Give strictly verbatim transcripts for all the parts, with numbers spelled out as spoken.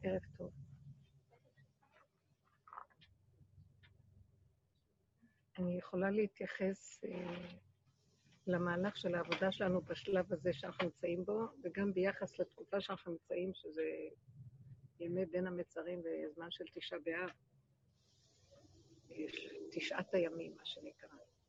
ערב טוב. אני יכולה להתייחס אה, למהלך של העבודה שלנו בשלב הזה שאנחנו נמצאים בו, וגם ביחס לתקופה שאנחנו נמצאים, שזה ימי בין המצרים וזמן של תשעה באב, תשעת הימים, מה שנקרא.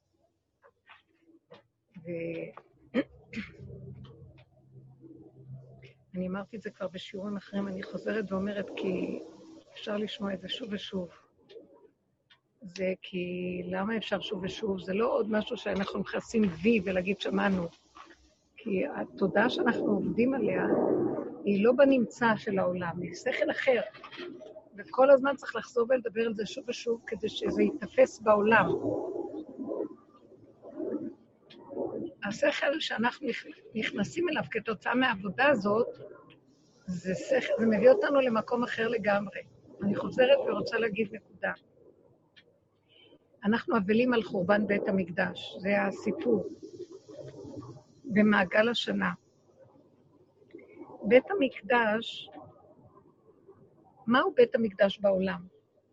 ואני אמרתי את זה כבר בשיעורים אחרים, אני חוזרת ואומרת כי אפשר לשמוע את זה שוב ושוב. זה כי למה אפשר שוב ושוב? זה לא עוד משהו שאנחנו מכנסים וי ולהגיד שמענו. כי התודעה שאנחנו עובדים עליה היא לא בנמצא של העולם, היא שכל אחר. וכל הזמן צריך לחזור ולדבר על זה שוב ושוב כדי שזה יתפס בעולם. השכל שאנחנו נכנסים אליו כתוצאה מהעבודה הזאת, זה שכל, זה מביא אותנו למקום אחר לגמרי. אני חוזרת ורוצה להגיד נקודה. אנחנו אבלים על חורבן בית המקדש, זה הסיפור, במעגל השנה. בית המקדש, מהו בית המקדש בעולם?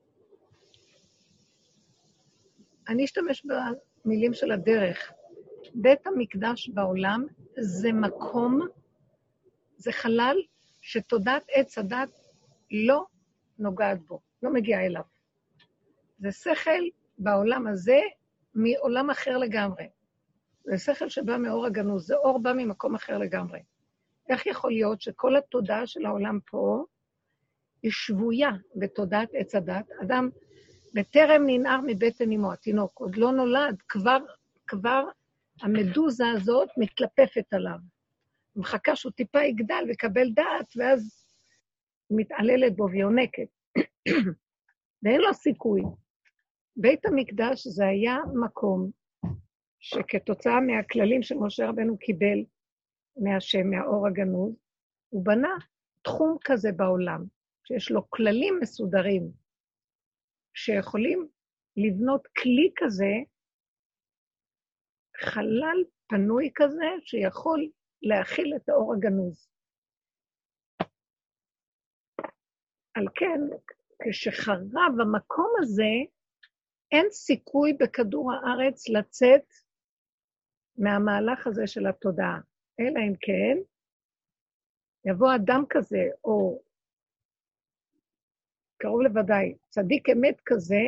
אני אשתמש במילים של הדרך. בית המקדש בעולם זה מקום, זה חלל שתודעת עץ הדת לא נוגעת בו, לא מגיעה אליו. זה שכל בעולם הזה מעולם אחר לגמרי. זה שכל שבא מאור הגנוז, זה אור בא ממקום אחר לגמרי. איך יכול להיות שכל התודעה של העולם פה היא שבויה בתודעת עץ הדת? אדם בטרם ננער מבטן אמו, התינוק, עוד לא נולד, כבר, כבר המדוזה הזאת מתלפפת עליו. מחכה שהוא טיפה יגדל וקבל דעת, ואז מתעללת בו ויונקת. ואין לו סיכוי. בית המקדש זה היה מקום שכתוצאה מהכללים שמשה רבנו קיבל מהשם, מהאור הגנוז, הוא בנה תחום כזה בעולם, שיש לו כללים מסודרים, שיכולים לבנות כלי כזה, חלל פנוי כזה, שיכול להכיל את האור הגנוז. על כן, כשחרב המקום הזה, אין סיכוי בכדור הארץ לצאת מהמהלך הזה של התודעה. אלא אם כן, יבוא אדם כזה, או קרוב לוודאי, צדיק אמת כזה,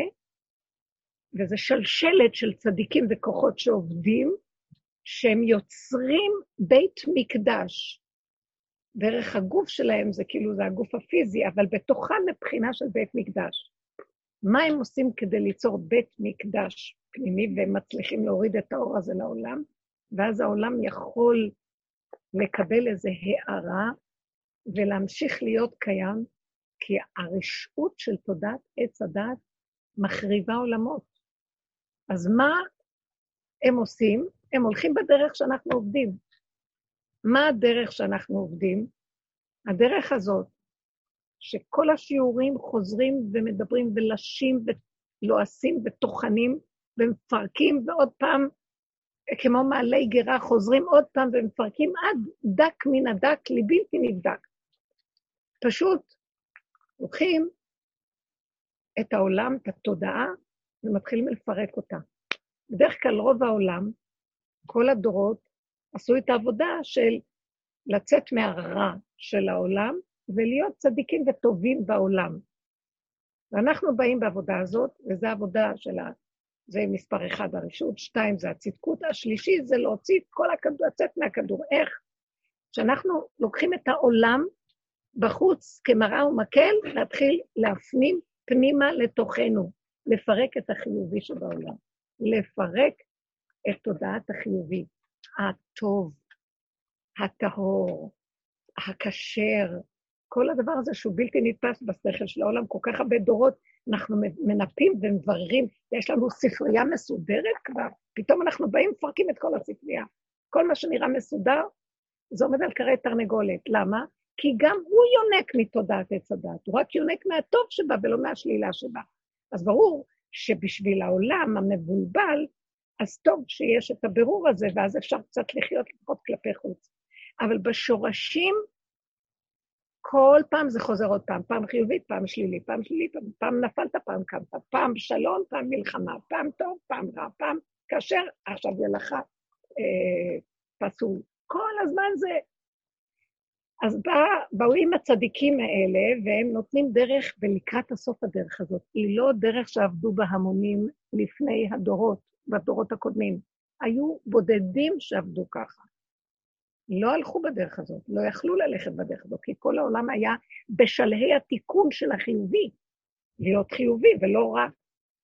וזה שלשלת של צדיקים וכוחות שעובדים, שהם יוצרים בית מקדש. דרך הגוף שלהם זה כאילו זה הגוף הפיזי, אבל בתוכם מבחינה של בית מקדש. מה הם עושים כדי ליצור בית מקדש פנימי, והם מצליחים להוריד את האור הזה לעולם, ואז העולם יכול לקבל איזו הערה, ולהמשיך להיות קיים, כי הרשעות של תודעת עץ הדת מחריבה עולמות. אז מה הם עושים? הם הולכים בדרך שאנחנו עובדים. מה הדרך שאנחנו עובדים? הדרך הזאת, שכל השיעורים חוזרים ומדברים ולשים ולועסים ותוכנים ומפרקים, ועוד פעם, כמו מעלי גירה, חוזרים עוד פעם ומפרקים עד דק מן הדק לבלתי נבדק. פשוט לוקחים את העולם, את התודעה, ומתחילים לפרק אותה. בדרך כלל רוב העולם, כל הדורות, עשו את העבודה של לצאת מהרע של העולם, ולהיות צדיקים וטובים בעולם. ואנחנו באים בעבודה הזאת, וזו העבודה שלה, זה מספר אחד הרשות, שתיים זה הצדקות, השלישי זה להוציא את כל הכדור, לצאת מהכדור. איך? שאנחנו לוקחים את העולם בחוץ כמראה ומקל, להתחיל להפנים פנימה לתוכנו, לפרק את החיובי שבעולם, לפרק את תודעת החיובי, הטוב, הטהור, הכשר, כל הדבר הזה שהוא בלתי נתפס בשכל של העולם, כל כך הרבה דורות אנחנו מנפים ומבררים, יש לנו ספרייה מסודרת כבר, פתאום אנחנו באים ומפרקים את כל הספרייה. כל מה שנראה מסודר, זה עומד על קרי תרנגולת. למה? כי גם הוא יונק מתודעת עץ הדת, הוא רק יונק מהטוב שבה ולא מהשלילה שבה. אז ברור שבשביל העולם המבולבל, אז טוב שיש את הבירור הזה, ואז אפשר קצת לחיות לפחות כלפי חוץ. אבל בשורשים, כל פעם זה חוזר עוד פעם, פעם חיובית, פעם שלילית, פעם שלילית, פעם, פעם נפלת, פעם קמת, פעם שלום, פעם מלחמה, פעם טוב, פעם רע, פעם כאשר, עכשיו יהיה לך אה, פסול. כל הזמן זה... אז בא, באו עם הצדיקים האלה, והם נותנים דרך, ולקראת הסוף הדרך הזאת. היא לא דרך שעבדו בה המונים לפני הדורות, בדורות הקודמים. היו בודדים שעבדו ככה. לא הלכו בדרך הזאת, לא יכלו ללכת בדרך הזאת, כי כל העולם היה בשלהי התיקון של החיובי, להיות חיובי ולא רע.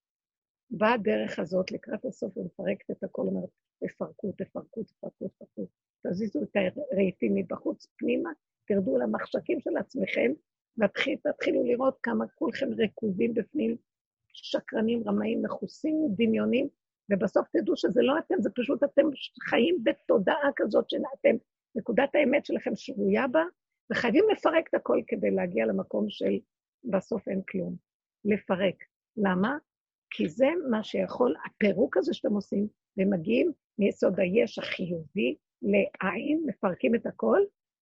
באה הדרך הזאת לקראת הסוף ומפרקת את הכל, אומרת, תפרקו, תפרקו, תפרקו, תפרקו, תזיזו את הרהיטים מבחוץ פנימה, תרדו למחשקים של עצמכם, ותתחילו לראות כמה כולכם רקובים בפנים, שקרנים, רמאים, מחוסים, דמיונים, ובסוף תדעו שזה לא אתם, זה פשוט אתם חיים בתודעה כזאת שאתם, נקודת האמת שלכם שבויה בה, וחייבים לפרק את הכל כדי להגיע למקום של בסוף אין כלום. לפרק. למה? כי זה מה שיכול, הפירוק הזה שאתם עושים, ומגיעים מיסוד היש החיובי לעין, מפרקים את הכל,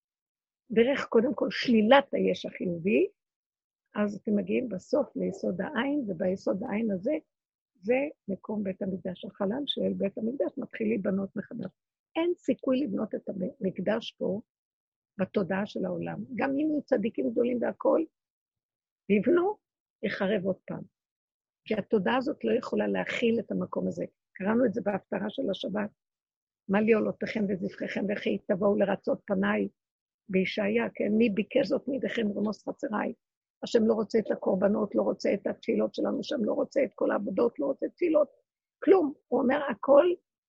דרך קודם כל שלילת היש החיובי, אז אתם מגיעים בסוף ליסוד העין, וביסוד העין הזה, זה מקום בית המקדש, החלל של בית המקדש, מתחיל להיבנות מחדש. אין סיכוי לבנות את המקדש פה, בתודעה של העולם. גם אם יהיו צדיקים גדולים והכל, יבנו, יחרב עוד פעם. כי התודעה הזאת לא יכולה להכיל את המקום הזה. קראנו את זה בהפטרה של השבת. מה לי עולותיכם וזבחיכם וכי תבואו לרצות פניי בישעיה, כן? מי ביקש זאת מידיכם רמוס חצריי. השם לא רוצה את הקורבנות, לא רוצה את התפילות שלנו, שם לא רוצה את כל העבודות, לא רוצה תפילות, כלום. הוא אומר, הכל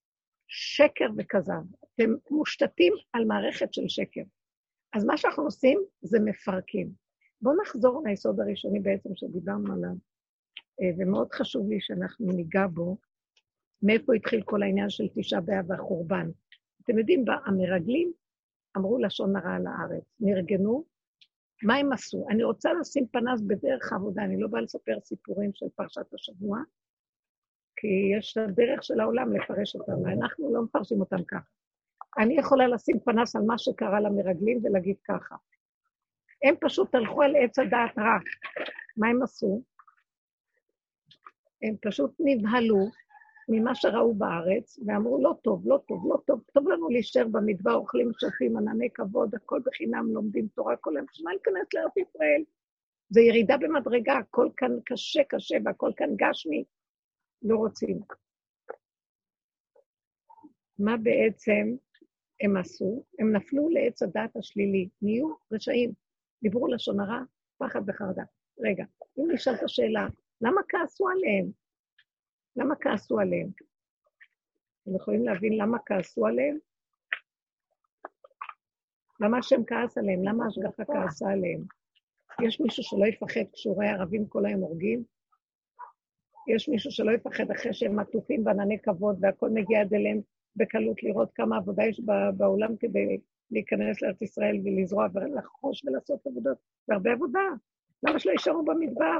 שקר וכזב. אתם מושתתים על מערכת של שקר. אז מה שאנחנו עושים זה מפרקים. בואו נחזור ליסוד הראשוני בעצם שדיברנו עליו, ומאוד חשוב לי שאנחנו ניגע בו, מאיפה התחיל כל העניין של תשעה באב והחורבן. אתם יודעים, המרגלים אמרו לשון הרע על הארץ, נרגנו, מה הם עשו? אני רוצה לשים פנס בדרך העבודה, אני לא באה לספר סיפורים של פרשת השבוע, כי יש דרך של העולם לפרש אותם, ואנחנו לא מפרשים אותם ככה. אני יכולה לשים פנס על מה שקרה למרגלים ולהגיד ככה. הם פשוט הלכו על עץ הדעת רע. מה הם עשו? הם פשוט נבהלו ממה שראו בארץ, ואמרו, לא טוב, לא טוב, לא טוב, טוב לנו להישאר במדבר, אוכלים שופים, ענני כבוד, הכל בחינם, לומדים תורה, כל היום, שמה להיכנס לארץ ישראל? זה ירידה במדרגה, הכל כאן קשה, קשה, והכל כאן גשמי, לא רוצים. מה בעצם הם עשו? הם נפלו לעץ הדעת השלילי, נהיו רשעים, דיברו לשון הרע, פחד וחרדה. רגע, אם נשאל את השאלה, למה כעסו עליהם? למה כעסו עליהם? אתם יכולים להבין למה כעסו עליהם? למה השם כעס עליהם? למה השגחה כעסה עליהם? יש מישהו שלא יפחד כשהוא רואה ערבים כל היום הורגים? יש מישהו שלא יפחד אחרי שהם מטופים בענני כבוד והכל מגיע עד אליהם בקלות לראות כמה עבודה יש בעולם כדי להיכנס לארץ ישראל ולזרוע ולחוש ולעשות עבודות? והרבה עבודה. למה שלא יישארו במדבר?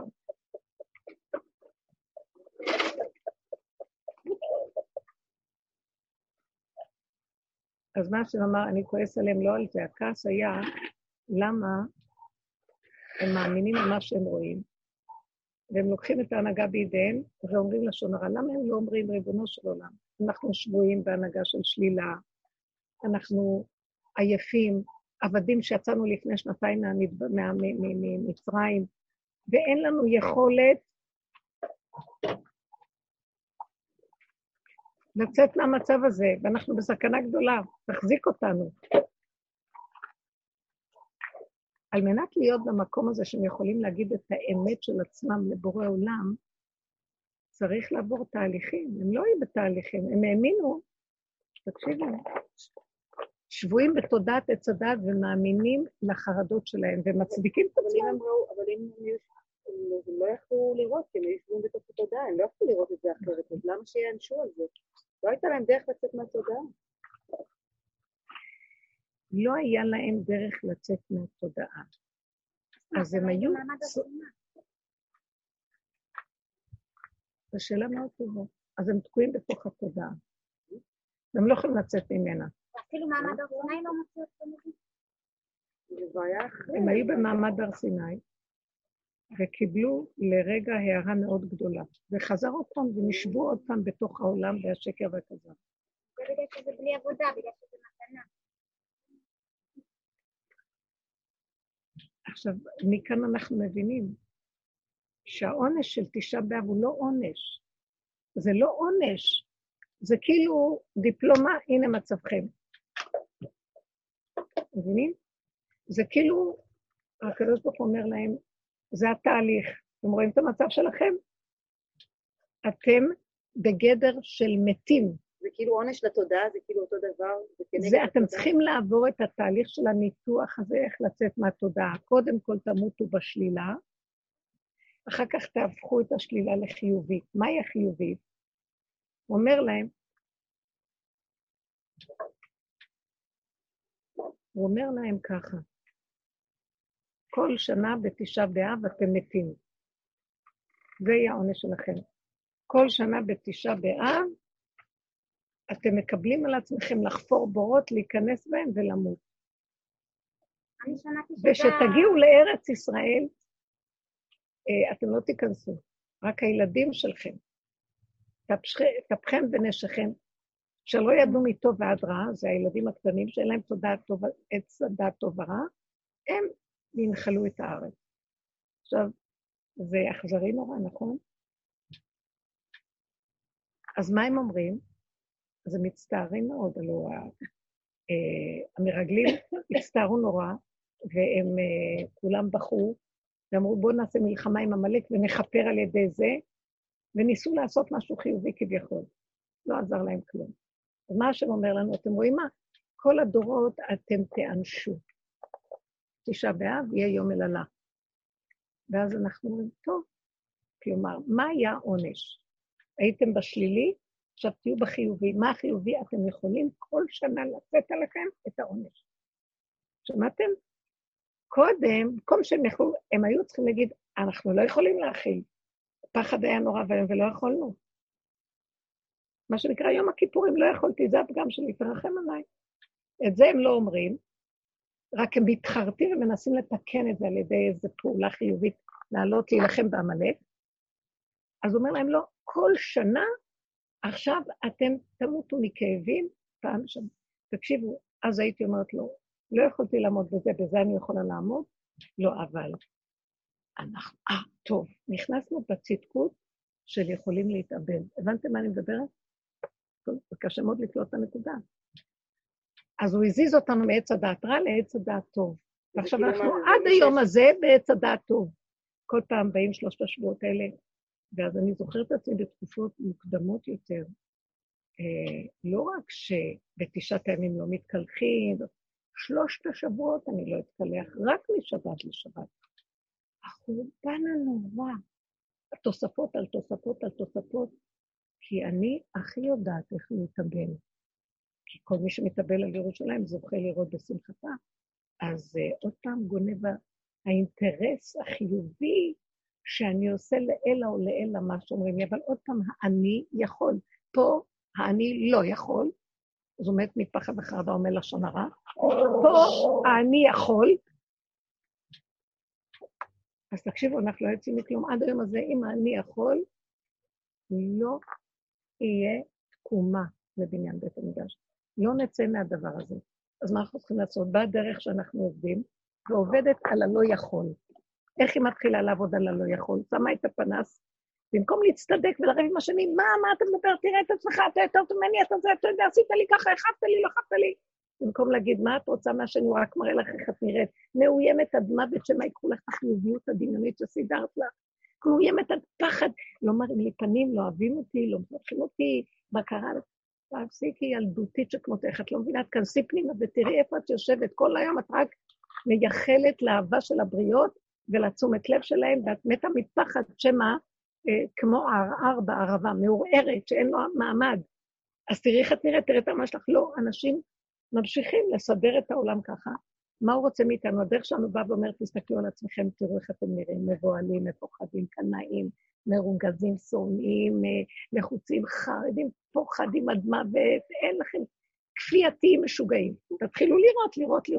אז מה שאמר, אני כועס עליהם לא על זה, הכעס היה למה הם מאמינים במה שהם רואים, והם לוקחים את ההנהגה בידיהם, ואומרים לשון הרע, למה הם לא אומרים ריבונו של עולם? אנחנו שבויים בהנהגה של שלילה, אנחנו עייפים, עבדים שיצאנו לפני שנתיים ממצרים, ואין לנו יכולת לצאת מהמצב הזה, ואנחנו בסכנה גדולה, תחזיק אותנו. על מנת להיות במקום הזה שהם יכולים להגיד את האמת של עצמם לבורא עולם, צריך לעבור תהליכים, הם לא היו בתהליכים, הם האמינו, תקשיבו, שבויים בתודעת עץ הדת ומאמינים לחרדות שלהם, ומצדיקים את עצמם. אבל הם לא יכלו לראות, כי הם היו שבויים בתוך התודעה, הם לא יכלו לראות את זה אחרת, אז למה שיענשו על זה? לא הייתה להם דרך לצאת מהתודעה. לא היה להם דרך לצאת מהתודעה. אז הם היו... זו שאלה מאוד טובה. אז הם תקועים בתוך התודעה. והם לא יכולים לצאת ממנה. אפילו מעמד הר סיני לא מוציא אותם מזה? הם היו במעמד הר סיני, וקיבלו לרגע הערה מאוד גדולה, וחזר עוד פעם, ונשבו עוד פעם בתוך העולם, והשקר והכזב. זה בגלל שזה בלי עבודה, בגלל שזה מתנה. עכשיו, מכאן אנחנו מבינים, שהעונש של תשעה באב הוא לא עונש. זה לא עונש, זה כאילו דיפלומה, הנה מצבכם. מבינים? זה כאילו, הקדוש ברוך הוא אומר להם, זה התהליך. אתם רואים את המצב שלכם? אתם בגדר של מתים. זה כאילו עונש לתודעה, זה כאילו אותו דבר. זה, זה אתם צריכים לעבור את התהליך של הניתוח הזה, איך לצאת מהתודעה. קודם כל תמותו בשלילה, אחר כך תהפכו את השלילה לחיובית. מהי החיובית? הוא אומר להם, הוא אומר להם ככה, כל שנה בתשעה באב אתם מתים. זה יהיה העונש שלכם. כל שנה בתשעה באב אתם מקבלים על עצמכם לחפור בורות, להיכנס בהם ולמות. אני שמעתי שזה... ושתגיעו לארץ ישראל, אתם לא תיכנסו, רק הילדים שלכם. תפכם ונשכם, שלא ידעו מטוב ועד רע, זה הילדים הקטנים שאין להם דעת טוב ורע, הם ינחלו את הארץ. עכשיו, זה אכזרי נורא, נכון? אז מה הם אומרים? אז הם מצטערים מאוד, הלוא המרגלים הצטערו נורא, והם כולם בחרו, ואמרו בואו נעשה מלחמה עם עמלק ונחפר על ידי זה, וניסו לעשות משהו חיובי כביכול. לא עזר להם כלום. אז מה השם אומר לנו? אתם רואים מה? כל הדורות אתם תאנשו. תשעה באב יהיה יום אללה. ואז אנחנו אומרים, טוב. כלומר, מה היה עונש? הייתם בשלילי, עכשיו תהיו בחיובי. מה החיובי? אתם יכולים כל שנה לצאת עליכם את העונש. שמעתם? קודם, במקום שהם יכולו, הם היו צריכים להגיד, אנחנו לא יכולים להכיל. פחד היה נורא ואיום ולא יכולנו. מה שנקרא יום הכיפורים לא יכולתי, זה הפגם שלי, תרחם עליי. את זה הם לא אומרים, רק הם מתחרטים ומנסים לתקן את זה על ידי איזו פעולה חיובית, לעלות להילחם בעמלק. אז הוא אומר להם, לא, כל שנה, עכשיו אתם תמותו מכאבים, פעם שם. תקשיבו, אז הייתי אומרת לו, לא יכולתי לעמוד בזה, בזה אני יכולה לעמוד, לא, אבל אנחנו, אה, טוב, נכנסנו בצדקות של יכולים להתאבד. הבנתם מה אני מדברת? טוב, זה קשה מאוד לקלוט את הנקודה. אז הוא הזיז אותנו מעץ הדעת רע לעץ הדעת טוב. ועכשיו אנחנו עד היום הזה בעץ הדעת טוב. כל פעם באים שלושת השבועות האלה, ואז אני זוכרת את עצמי בתקופות מוקדמות יותר, אה, לא רק שבתשעת הימים לא מתקלחים, שלושת השבועות אני לא אתקלח, רק משבת לשבת. החורבן הנורא, התוספות על תוספות על תוספות, כי אני הכי יודעת איך להתאבל. כי כל מי שמתאבל על ירושלים זוכה לראות בשמחתה. אז uh, עוד פעם גונב האינטרס החיובי שאני עושה לאלה או לאלה מה שאומרים לי, אבל עוד פעם האני יכול. פה האני לא יכול, זאת אומרת מפחד וחרדה אומר לשון הרע, פה האני יכול, אז תקשיבו, אנחנו לא יוצאים מכלום. עד היום הזה, אם אני יכול, לא יהיה תקומה לבניין בית המקדש. לא נצא מהדבר הזה. אז מה אנחנו צריכים לעשות? בדרך שאנחנו עובדים, ועובדת על הלא יכול. איך היא מתחילה לעבוד על הלא יכול? שמה את הפנס, במקום להצטדק ולרב עם השני, מה, מה אתה מדבר? תראה את עצמך, אתה יותר טוב ממני, אתה זה, אתה יודע, עשית לי ככה, החפת לי, לא חפת לי. במקום להגיד, מה את רוצה מהשני, הוא רק מראה לך איך את נראית. מאוימת עד מוות, שמה יקחו לך את החיוביות הדמיונית שסידרת לך. מאוימת עד פחד, לא מראים לי פנים, לא אוהבים אותי, לא מפרחים אותי, מה קרה? תפסיקי ילדותית שכמותך, את לא מבינה, את כנסי פנימה ותראי איפה את יושבת. כל היום את רק מייחלת לאהבה של הבריות ולתשומת לב שלהם, ואת מתה מפחד שמה, אה, כמו הערער בערבה, מעורערת, שאין לו מעמד. אז תראי איך את נראית, תראי את מה שלך. לא, אנשים ממשיכים לסדר את העולם ככה. מה הוא רוצה מאיתנו? הדרך שלנו בא ואומר, תסתכלו על עצמכם, תראו איך אתם נראים, מבועלים, מפוחדים, קנאים, מרוגזים, שונאים, לחוצים, חרדים, פוחדים עד מוות, אין לכם כפייתיים משוגעים. תתחילו לראות, לראות, לראות.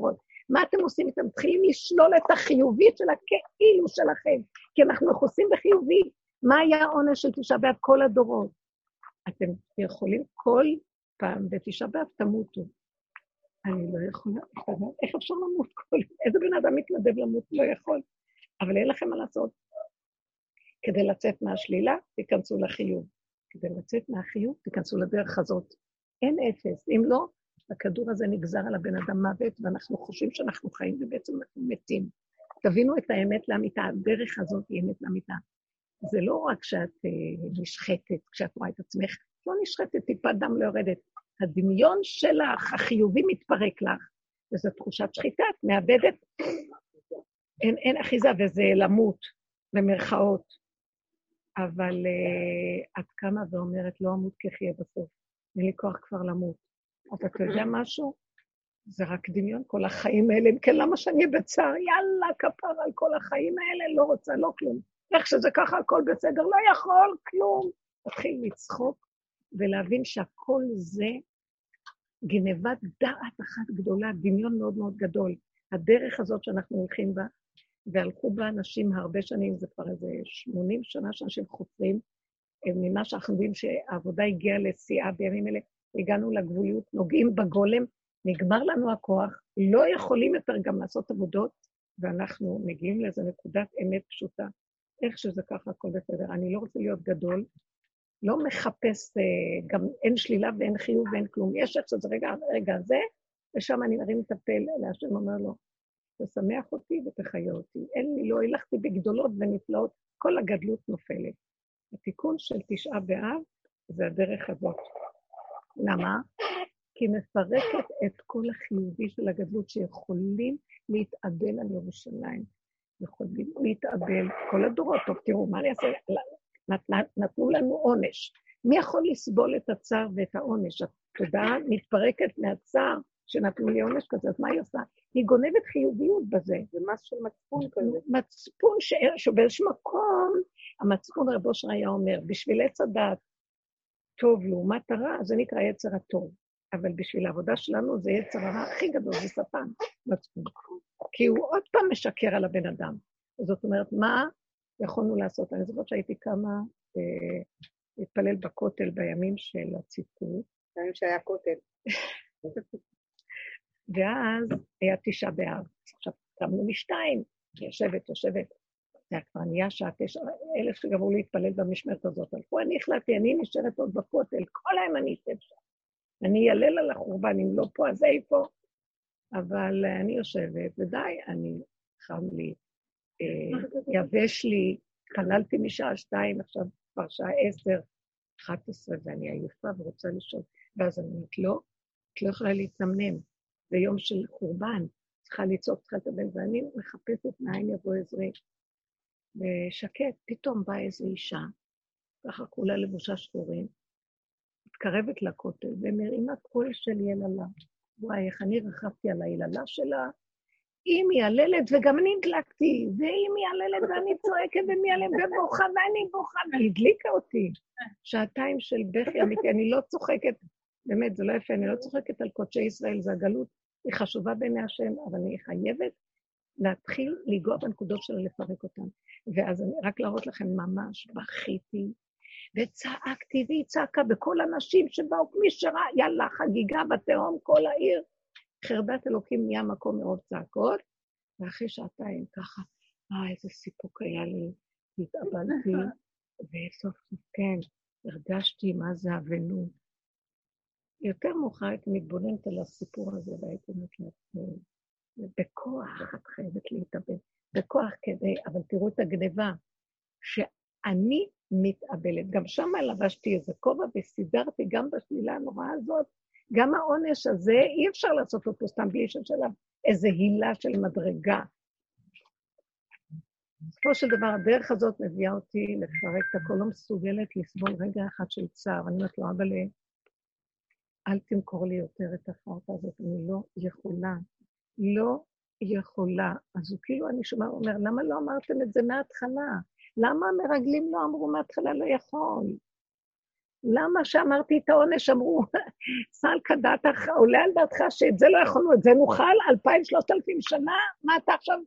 מה אתם עושים? אתם מתחילים לשלול את החיובית של הכאילו שלכם, כי אנחנו חוסים בחיובי. מה היה העונש של תשעה באב כל הדורות? אתם יכולים כל פעם בתשעה באב תמותו. אני לא יכולה, איך אפשר למות כל? איזה בן אדם מתנדב למות? לא יכול. אבל אין לכם מה לעשות. כדי לצאת מהשלילה, תיכנסו לחיוב. כדי לצאת מהחיוב, תיכנסו לדרך הזאת. אין אפס. אם לא, הכדור הזה נגזר על הבן אדם מוות, ואנחנו חושבים שאנחנו חיים, ובעצם אנחנו מתים. תבינו את האמת לאמיתה, הדרך הזאת היא אמת לאמיתה. זה לא רק שאת uh, נשחטת, כשאת רואה את עצמך, לא נשחטת, טיפת דם לא יורדת. הדמיון שלך, החיובי מתפרק לך, וזו תחושת שחיטה, את מאבדת, אין, אין אחיזה, וזה למות, במרכאות. אבל uh, את קמה ואומרת, לא אמות כחיה בסוף, אין לי כוח כבר למות. אז אתה יודע משהו? זה רק דמיון, כל החיים האלה, כן, למה שאני אהיה בצער? יאללה, כפר על כל החיים האלה, לא רוצה, לא כלום. איך שזה ככה, הכל בסדר, לא יכול, כלום. תתחיל לצחוק ולהבין שהכל זה גנבת דעת אחת גדולה, דמיון מאוד מאוד גדול. הדרך הזאת שאנחנו הולכים בה, והלכו בה אנשים הרבה שנים, זה כבר איזה שמונים שנה שאנשים חופרים, ממה שאנחנו יודעים שהעבודה הגיעה לשיאה בימים אלה, הגענו לגבוליות, נוגעים בגולם, נגמר לנו הכוח, לא יכולים יותר גם לעשות עבודות, ואנחנו מגיעים לאיזו נקודת אמת פשוטה. איך שזה ככה, הכל בסדר. אני לא רוצה להיות גדול, לא מחפש, גם אין שלילה ואין חיוב ואין כלום. יש איך שזה רגע, רגע הזה, ושם אני מרים את הפל, להשם אומר לו, תשמח אותי ותחיה אותי. אין לי, לא הלכתי בגדולות ונפלאות, כל הגדלות נופלת. התיקון של תשעה באב זה הדרך הזאת. למה? כי מפרקת את כל החיובי של הגדלות שיכולים להתאבל על ירושלים. יכולים להתאבל כל הדורות. טוב, תראו, מה אני אעשה? נתנו לנו עונש. מי יכול לסבול את הצער ואת העונש? התודעה מתפרקת מהצער שנתנו לי עונש כזה, אז מה היא עושה? היא גונבת חיוביות בזה. זה מס של מצפון כזה. מצפון שבאיזשהו מקום, המצפון רב אושר היה אומר, בשביל עץ הדעת טוב לעומת הרע, זה נקרא יצר הטוב. אבל בשביל העבודה שלנו זה יצר הרע הכי גדול, זה שטן, מצפון. כי הוא עוד פעם משקר על הבן אדם. זאת אומרת, מה יכולנו לעשות? אני זוכרת שהייתי כמה אה, להתפלל בכותל בימים של הציטוט. בימים שהיה כותל. ואז היה תשעה באב. עכשיו, קמנו משתיים, יושבת, יושבת. זה כבר נהיה שעה תשע, אלה שגמרו להתפלל במשמרת הזאת. הלכו, אני החלטתי, אני נשארת עוד בכותל, כל היום אני אשב שם. אני אעלל על החורבן, אם לא פה, אז איפה? אבל אני יושבת, ודי, אני חם לי, יבש לי, חללתי משעה שתיים, עכשיו כבר שעה עשר, אחת עשרה, ואני עייפה ורוצה לשאול. ואז אני אומרת, לא, את לא יכולה להתנמנם. זה יום של חורבן, צריכה לצעוק, צריכה לטבל, ואני מחפשת מאין יבוא עזרי. ושקט, פתאום באה איזו אישה, ככה כולה לבושה שחורים, מתקרבת לכותל, ומרימה קול של יללה. וואי, איך אני רחבתי על היללה שלה, היא מייללת, וגם אני הדלקתי, והיא מייללת, ואני צועקת ומייללת, ובוכה, ואני בוכה, והיא הדליקה אותי. שעתיים של בכי אמיתי, אני לא צוחקת, באמת, זה לא יפה, אני לא צוחקת על קודשי ישראל, זה הגלות, היא חשובה בעיני השם, אבל אני חייבת להתחיל לגוע בנקודות שלה לפרק אותן. ואז אני רק להראות לכם ממש, בכיתי, וצעקתי, והיא צעקה בכל אנשים שבאו, מי שראה, יאללה, חגיגה בתהום, כל העיר. חרדת אלוקים נהיה מקום מאוד צעקות, ואחרי שעתיים ככה, אה, איזה סיפוק היה לי, התאבלתי, וסוף סוף כן, הרגשתי מה זה אבנות. יותר מאוחר הייתי מתבוננת על הסיפור הזה, והייתי מתלבט, בכוח את חייבת להתאבל, בכוח כדי, אבל תראו את הגניבה, שאני מתאבלת, גם שם לבשתי איזה כובע, וסידרתי גם בשלילה הנוראה הזאת, גם העונש הזה, אי אפשר לעשות אותו סתם בלי שיש עליו איזו הילה של מדרגה. בסופו של דבר, הדרך הזאת מביאה אותי לפרק את הכל, לא מסוגלת לסבול רגע אחד של צער. אני אומרת לו, אבל אל תמכור לי יותר את החרטה הזאת, אני לא יכולה, לא יכולה. אז הוא כאילו, אני שומע, אומר, למה לא אמרתם את זה מההתחלה? למה המרגלים לא אמרו מההתחלה לא יכול? למה שאמרתי את העונש, אמרו, סל כדעתך, עולה על דעתך שאת זה לא יכולנו, את זה נוכל אלפיים, שלושת אלפים שנה, מה אתה עכשיו?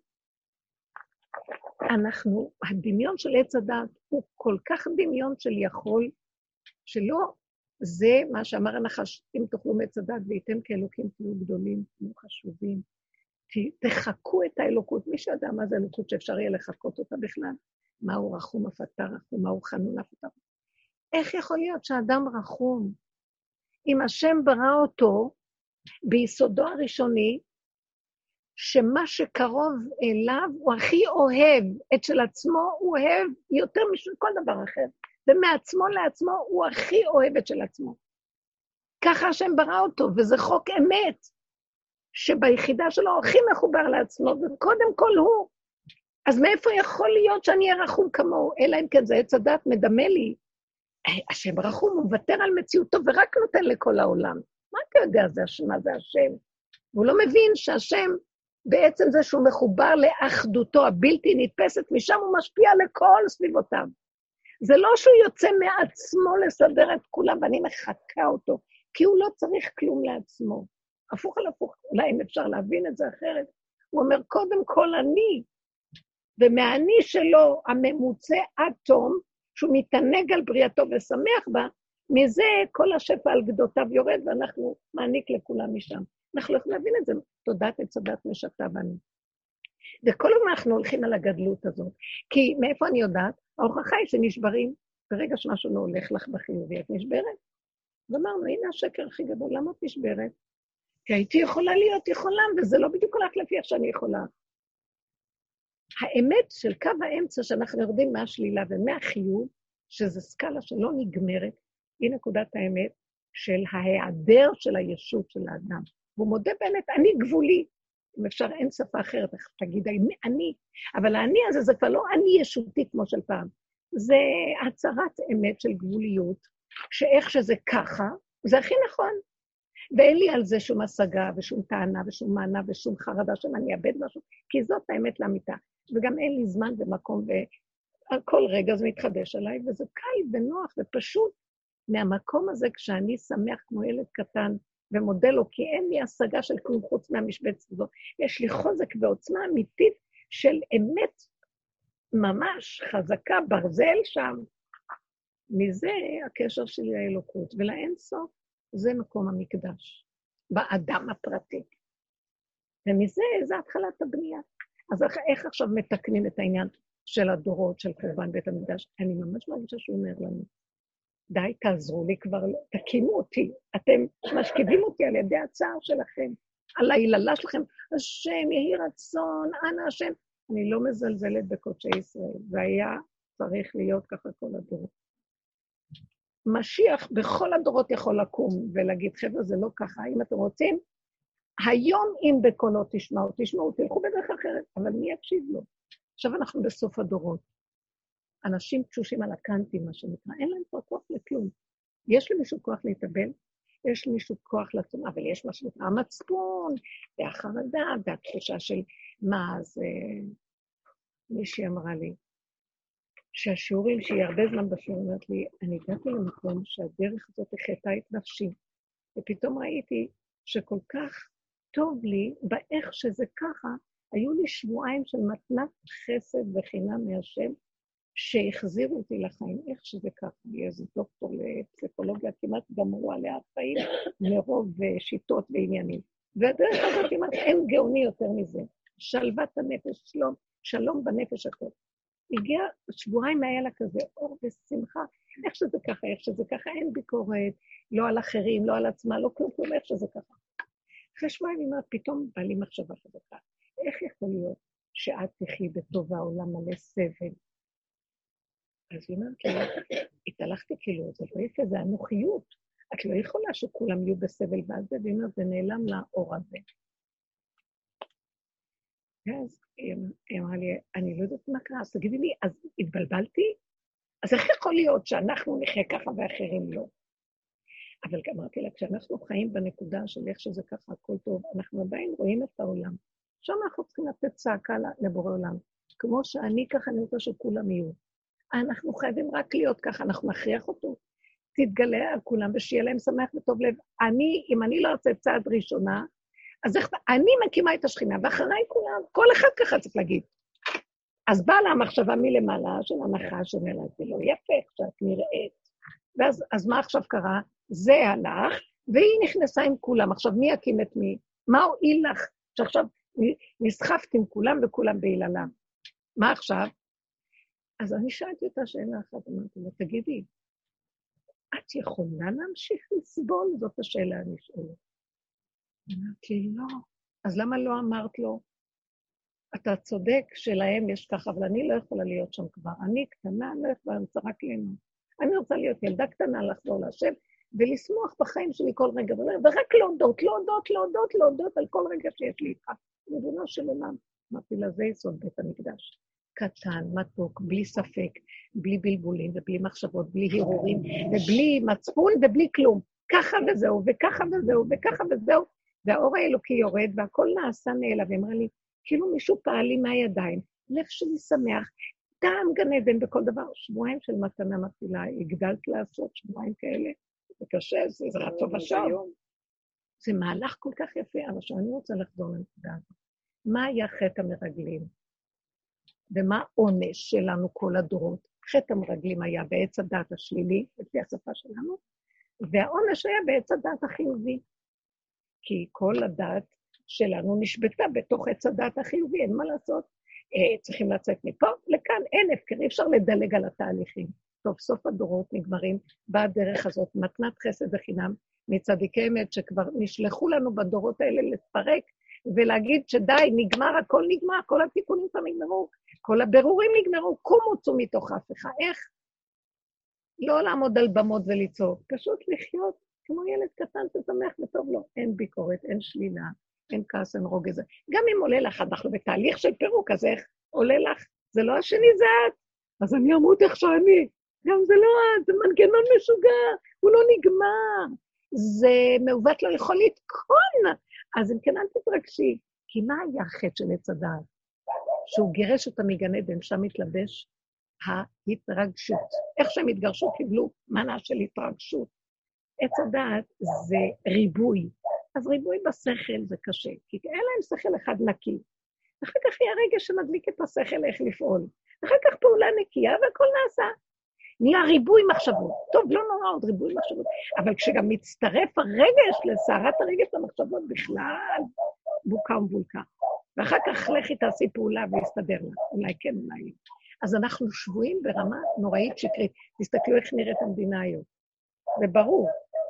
אנחנו, הדמיון של עץ הדת הוא כל כך דמיון של יכול, שלא, זה מה שאמר הנחש, אם תאכלו מעץ הדת ואיתם כאלוקים תהיו גדולים, תהיו חשובים, תחכו את האלוקות, מי שיודע מה זה אלוקות שאפשר יהיה לחכות אותה בכלל, מהו רחום אף אתה רחום, מהו חנון אף אתה רחום. איך יכול להיות שהאדם רחום? אם השם ברא אותו ביסודו הראשוני, שמה שקרוב אליו הוא הכי אוהב, את של עצמו הוא אוהב יותר משל כל דבר אחר, ומעצמו לעצמו הוא הכי אוהב את של עצמו. ככה השם ברא אותו, וזה חוק אמת, שביחידה שלו הכי מחובר לעצמו, וקודם כל הוא. אז מאיפה יכול להיות שאני אהיה רחום כמוהו? אלא אם כן זה עץ הדת מדמה לי, השם רחום, הוא מוותר על מציאותו ורק נותן לכל העולם. מה אתה יודע זה השם, מה זה השם? והוא לא מבין שהשם, בעצם זה שהוא מחובר לאחדותו הבלתי נתפסת, משם הוא משפיע לכל סביבותיו. זה לא שהוא יוצא מעצמו לסדר את כולם, ואני מחכה אותו, כי הוא לא צריך כלום לעצמו. הפוך על הפוך, אולי אם אפשר להבין את זה אחרת, הוא אומר, קודם כל אני, ומהאני שלו, הממוצע עד תום, שהוא מתענג על בריאתו ושמח בה, מזה כל השפע על גדותיו יורד, ואנחנו מעניק לכולם משם. אנחנו לא יכולים להבין את זה, תודעת את צדת משתה בנו. וכל הזמן אנחנו הולכים על הגדלות הזאת, כי מאיפה אני יודעת? ההוכחה היא שנשברים, ברגע שמשהו לא הולך לך בחיובי, את נשברת. ואמרנו, הנה השקר הכי גדול, למה את נשברת? כי הייתי יכולה להיות יכולה, וזה לא בדיוק הולך לפי איך שאני יכולה. האמת של קו האמצע שאנחנו יורדים מהשלילה ומהחיוב, שזו סקאלה שלא נגמרת, היא נקודת האמת של ההיעדר של הישות של האדם. והוא מודה באמת, אני גבולי. אם אפשר, אין שפה אחרת, תגיד, אני. אבל האני הזה זה כבר לא אני ישותי כמו של פעם. זה הצהרת אמת של גבוליות, שאיך שזה ככה, זה הכי נכון. ואין לי על זה שום השגה ושום טענה ושום מענה ושום חרדה שאני אאבד משהו, כי זאת האמת לאמיתה. וגם אין לי זמן ומקום, וכל רגע זה מתחדש עליי, וזה קל ונוח ופשוט מהמקום הזה, כשאני שמח כמו ילד קטן ומודה לו, כי אין לי השגה של כלום חוץ מהמשבצת הזו. יש לי חוזק ועוצמה אמיתית של אמת ממש חזקה, ברזל שם. מזה הקשר שלי לאלוקות, ולאין סוף זה מקום המקדש, באדם הפרטי. ומזה זה התחלת הבנייה. אז איך עכשיו מתקנים את העניין של הדורות, של חורבן בית המקדש? אני ממש מרגישה שהוא אומר לנו, די, תעזרו לי כבר, תקימו אותי, אתם משכיבים אותי על ידי הצער שלכם, על ההיללה שלכם, השם יהי רצון, אנא השם. אני לא מזלזלת בקודשי ישראל, זה היה צריך להיות ככה כל הדורות. משיח בכל הדורות יכול לקום ולהגיד, חבר'ה, זה לא ככה, אם אתם רוצים, היום אם בקולו תשמעו, תשמעו, תלכו בדרך אחרת, אבל מי יקשיב לו? עכשיו אנחנו בסוף הדורות. אנשים תשושים על הקנטים, מה שנקרא, אין להם פה כוח לכלום. יש למישהו כוח להתאבל, יש למישהו כוח לצום, אבל יש מה שנקרא המצפון, והחרדה, והתחושה של מה, זה... מישהי אמרה לי, שהשיעורים שהיא הרבה זמן בשיעור אומרת לי, אני הגעתי למקום שהדרך הזאת החטאה את נפשי, ופתאום ראיתי שכל כך טוב לי, באיך שזה ככה, היו לי שבועיים של מתנת חסד וחינם מהשם, שהחזירו אותי לחיים, איך שזה ככה, לי איזה דוקטור לפסיכולוגיה, כמעט גמרו עליה החיים, מרוב שיטות ועניינים. והדרך הזאת, כמעט אין גאוני יותר מזה, שלוות הנפש, שלום, שלום בנפש הטוב. הגיע שבועיים היה לה כזה אור ושמחה, איך שזה ככה, איך שזה ככה, אין ביקורת, לא על אחרים, לא על עצמה, לא כלום, כלום, איך שזה ככה. אחרי שבועיים היא אומרת, פתאום בא לי מחשבה חזקה, איך יכול להיות שאת תחי בטוב העולם מלא סבל? אז היא אומרת, התהלכתי כאילו, זה לא יפה, זה אנוכיות, את לא יכולה שכולם יהיו בסבל בזה, והיא אומרת, זה נעלם לאור הזה. ואז היא אמרה לי, אני לא יודעת מה קרה, אז תגידי לי, אז התבלבלתי? אז איך יכול להיות שאנחנו נחיה ככה ואחרים לא? אבל אמרתי לה, כשאנחנו חיים בנקודה של איך שזה ככה, הכל טוב, אנחנו עדיין רואים את העולם. עכשיו אנחנו צריכים לתת צעקה לבורא עולם. כמו שאני ככה, אני רוצה שכולם יהיו. אנחנו חייבים רק להיות ככה, אנחנו נכריח אותו. תתגלה על כולם, ושיהיה להם שמח וטוב לב. אני, אם אני לא אעשה צעד ראשונה, אז איך, אני מקימה את השכינה, ואחריי כולם, כל אחד ככה צריך להגיד. אז באה לה המחשבה מלמעלה של הנחה שאומרת, זה לא יפה, כשאת נראית. ואז אז מה עכשיו קרה? זה הלך, והיא נכנסה עם כולם. עכשיו, מי יקים את מי? מה הועיל לך? שעכשיו נסחפת עם כולם וכולם בהיללה. מה עכשיו? אז אני שאלתי אותה שאלה אחת, אמרתי לה, תגידי, את יכולה להמשיך לסבול? זאת השאלה הנשאלת. אמרתי, לא. אז למה לא אמרת לו? אתה צודק שלהם יש ככה, אבל אני לא יכולה להיות שם כבר. אני קטנה, אני לא יכולה, אני רוצה רק ליהנות. אני רוצה להיות ילדה קטנה, לחזור להשם, ולשמוח בחיים שלי כל רגע, ורק להודות, להודות, להודות, להודות על כל רגע שיש לי איתך. ריבונו של עולם, אמרתי לה, זה יסוד בית המקדש. קטן, מתוק, בלי ספק, בלי בלבולים ובלי מחשבות, בלי הרהורים, ובלי מצפון ובלי כלום. ככה וזהו, וככה וזהו, וככה וזהו. והאור האלוקי יורד, והכל נעשה נעלה, ואמרה לי, כאילו מישהו פעל לי מהידיים, לב שלי שמח, טעם גן עדן בכל דבר. שבועיים של מתנה מפעילה, הגדלת לעשות שבועיים כאלה, זה קשה, זה רצוף השעון. זה מהלך כל כך יפה, אבל שאני רוצה לחזור לנקודה הזאת. מה היה חטא המרגלים? ומה עונש שלנו כל הדורות? חטא המרגלים היה בעץ הדת השלילי, לפי השפה שלנו, והעונש היה בעץ הדת החיובי. כי כל הדת שלנו נשבתה בתוך עץ הדת החיובי, אין מה לעשות. אה, צריכים לצאת מפה לכאן, אין הפקר, אי אפשר לדלג על התהליכים. טוב, סוף הדורות נגמרים בדרך הזאת, מתנת חסד וחינם, מצדיקי אמת שכבר נשלחו לנו בדורות האלה לפרק, ולהגיד שדי, נגמר, הכל נגמר, כל התיקונים כבר נגמרו, כל הבירורים נגמרו, קומו צאו מתוך ההפכה. איך? לא לעמוד על במות וליצור, פשוט לחיות כמו ילד קטן ששמח וטוב לו. אין ביקורת, אין שלילה, אין כעס, אין רוגז. גם אם עולה לך, אנחנו בתהליך של פירוק, אז איך עולה לך? זה לא השני, זה את. אז אני אמות איך שאני. גם זה לא את, זה מנגנון משוגע, הוא לא נגמר. זה מעוות לא יכול לתקון. אז אם כן, אל תתרגשי. כי מה היה החטא של עץ הדעת? שהוא גירש אותה מגן עדן, שם מתלבש ההתרגשות. איך שהם התגרשו, קיבלו מנה של התרגשות. עץ הדעת זה ריבוי. אז ריבוי בשכל זה קשה, כי אין להם שכל אחד נקי. אחר כך יהיה רגע שמדליק את השכל איך לפעול. אחר כך פעולה נקייה והכל נעשה. נהיה ריבוי מחשבות. טוב, לא נורא עוד ריבוי מחשבות, אבל כשגם מצטרף הרגש לסערת הרגש למחשבות בכלל, בוקה ומבולקה. ואחר כך לכי תעשי פעולה ויסתדר לה. אולי כן, אולי לא. אז אנחנו שבועים ברמה נוראית שקרית. תסתכלו איך נראית המדינה היום. זה ברור.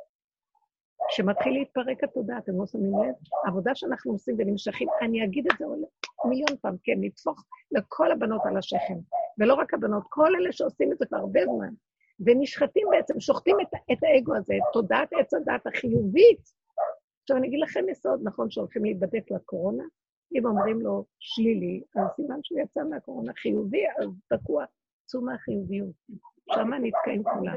שמתחיל להתפרק התודעה, אתם לא שמים לב? העבודה שאנחנו עושים ונמשכים, אני אגיד את זה מיליון פעם, כן, נתפוך לכל הבנות על השכם, ולא רק הבנות, כל אלה שעושים את זה כבר הרבה זמן, ונשחטים בעצם, שוחטים את, את האגו הזה, את תודעת עץ הדת החיובית. עכשיו אני אגיד לכם יסוד, נכון שהולכים להיבדק לקורונה, אם אומרים לו שלילי, אז סימן שהוא יצא מהקורונה חיובי, אז תקוע, צאו מהחיוביות. שמה נתקעים כולם.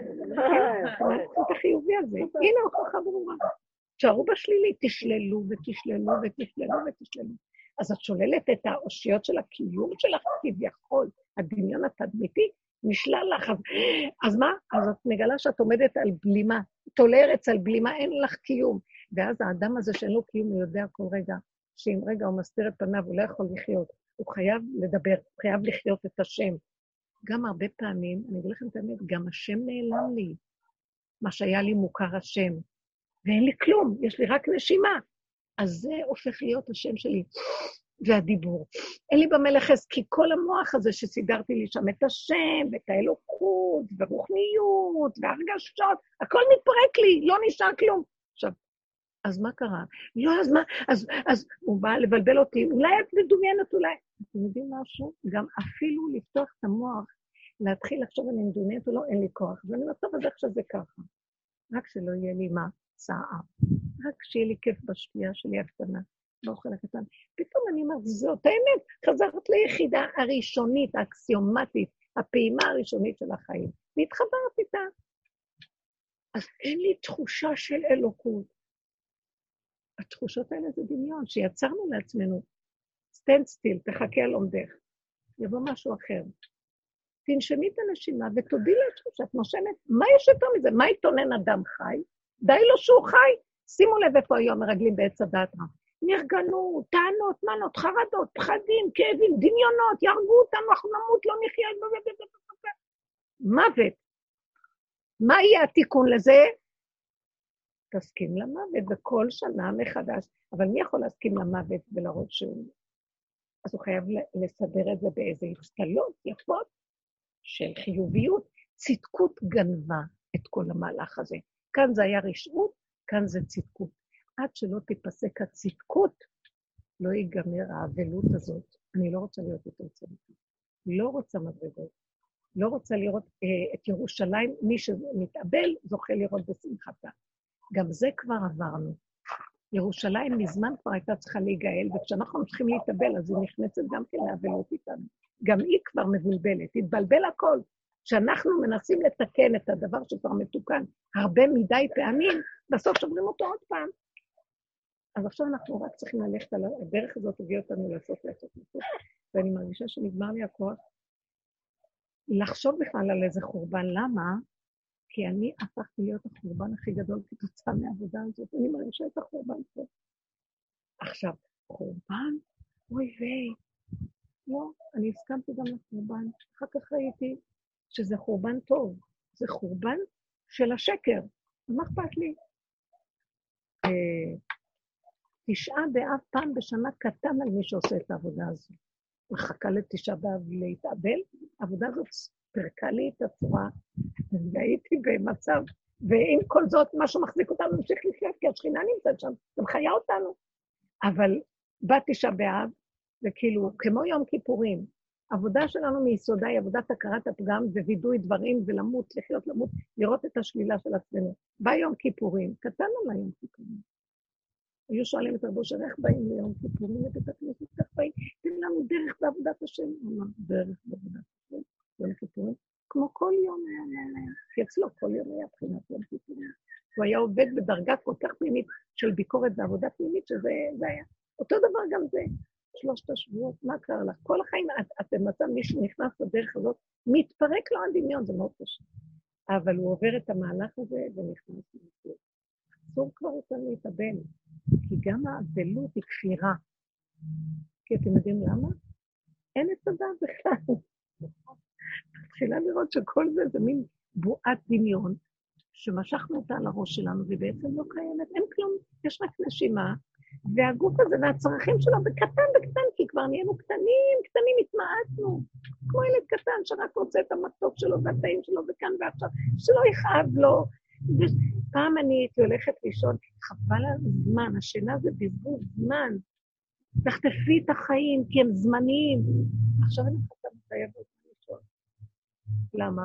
את החיובי הזה. הנה הוכחה ברורה. תשארו בשלילי, תשללו ותשללו ותשללו ותשללו. אז את שוללת את האושיות של הקיום שלך, כביכול, הדמיון התדמיתי, נשלל לך. אז מה? אז את מגלה שאת עומדת על בלימה, תולרת על בלימה, אין לך קיום. ואז האדם הזה שאין לו קיום, הוא יודע כל רגע, שאם רגע הוא מסתיר את פניו, הוא לא יכול לחיות. הוא חייב לדבר, הוא חייב לחיות את השם. גם הרבה פעמים, אני אגיד לכם את האמת, גם השם נעלם לי, מה שהיה לי מוכר השם, ואין לי כלום, יש לי רק נשימה. אז זה הופך להיות השם שלי, והדיבור. אין לי במלחס, כי כל המוח הזה שסידרתי לי שם את השם, ואת האלוקות, ורוחניות, והרגשות, הכל מתפרק לי, לא נשאר כלום. עכשיו, אז מה קרה? לא, אז מה? אז, אז הוא בא לבלבל אותי, אולי את מדומיינת, אולי... אתם יודעים משהו? גם אפילו לפתוח את המוח, להתחיל לחשוב אני מדומיינת או לא, אין לי כוח. ואני אומר, טוב, אז איך שזה ככה? רק שלא יהיה לי מה? צער. רק שיהיה לי כיף בשפיעה שלי הקטנה, באוכל הקטן. פתאום אני אומר, זאת האמת, חזרת ליחידה הראשונית, האקסיומטית, הפעימה הראשונית של החיים. והתחברת איתה. אז אין לי תחושה של אלוקות. התחושות האלה זה דמיון, שיצרנו לעצמנו, stand still, תחכה על עומדך. יבוא משהו אחר. תנשמי את הנשימה ותודי לעצמך שאת נושמת. מה יש יותר מזה? מה יתונן אדם חי? די לו שהוא חי. שימו לב איפה היום מרגלים בעץ הדעת רע. נרגנות, טענות, מנות, חרדות, פחדים, כאבים, דמיונות, ירגו אותנו, אנחנו נמות, לא נחיה, מוות. מה יהיה התיקון לזה? תסכים למוות, וכל שנה מחדש. אבל מי יכול להסכים למוות ולראות שהוא? אז הוא חייב לסדר את זה באיזה הצטלות יפות של חיוביות. צדקות גנבה את כל המהלך הזה. כאן זה היה רשעות, כאן זה צדקות. עד שלא תיפסק הצדקות, לא ייגמר האבלות הזאת. אני לא רוצה להיות יותר צדקות. לא רוצה מדרגות. לא רוצה לראות אה, את ירושלים, מי שמתאבל זוכה לראות בשמחתה. גם זה כבר עברנו. ירושלים מזמן כבר הייתה צריכה להיגאל, וכשאנחנו צריכים להתאבל, אז היא נכנסת גם כן לאבלות איתנו. גם היא כבר מבולבלת, התבלבל הכל. כשאנחנו מנסים לתקן את הדבר שכבר מתוקן הרבה מדי פעמים, בסוף שוברים אותו עוד פעם. אז עכשיו אנחנו רק צריכים ללכת על הדרך הזאת, הביא אותנו לעשות לעשות לעשות. ואני מרגישה שנגמר לי הכוח לחשוב בכלל על איזה חורבן. למה? כי אני הפכתי להיות החורבן הכי גדול כתוצאה מהעבודה הזאת. אני מרגישה את החורבן פה. עכשיו, חורבן? אוי ויי. לא, אני הסכמתי גם לחורבן. אחר כך ראיתי שזה חורבן טוב. זה חורבן של השקר. מה אכפת לי? תשעה באב פעם בשנה קטן על מי שעושה את העבודה הזו. מחכה לתשעה באב להתאבל. העבודה הזאת פרקה לי את הצורה. והייתי במצב, ועם כל זאת, משהו מחזיק אותנו, ממשיך לחיות, כי השכינה נמצאת שם, גם חיה אותנו. אבל בא תשעה באב, וכאילו, כמו יום כיפורים, עבודה שלנו מיסודה היא עבודת הכרת הפגם, ווידוי דברים, ולמות, לחיות למות, לראות את השלילה של עצמנו. בא יום כיפורים, קטן על היום כיפורים. היו שואלים את רבו איך באים ליום כיפורים, לבית הכנסת, איך באים, תן לנו דרך בעבודת השם, אמר, דרך בעבודת השם, יום כיפורים. כמו כל יום היה, כי אצלו כל יום היה בחינת יום כיפורים. הוא היה עובד בדרגה כל כך פנימית של ביקורת ועבודה פנימית, שזה היה. אותו דבר גם זה, שלושת השבועות, מה קרה לך? כל החיים, את, אתם מצא מי שנכנס בדרך הזאת, מתפרק לו הדמיון, זה מאוד קשה. אבל הוא עובר את המהלך הזה ונכנס למציאות. אסור כבר יותר להתאבל, כי גם האבלות היא כפירה. כי אתם יודעים למה? אין את הדעת בכלל. התחילה לראות שכל זה זה מין בועת דמיון, שמשכנו אותה על הראש שלנו, והיא בעצם לא קיימת, אין כלום, יש רק נשימה, והגוף הזה והצרכים שלו בקטן בקטן, כי כבר נהיינו קטנים, קטנים התמעטנו, כמו ילד קטן שרק רוצה את המתוק שלו והטעים שלו וכאן ועכשיו, שלא יכאב לו. פעם אני הייתי הולכת לישון, חבל על זמן, השינה זה בזבוז זמן, תחטפי את החיים כי הם זמניים. עכשיו אני חושבת חייבת לישון. למה?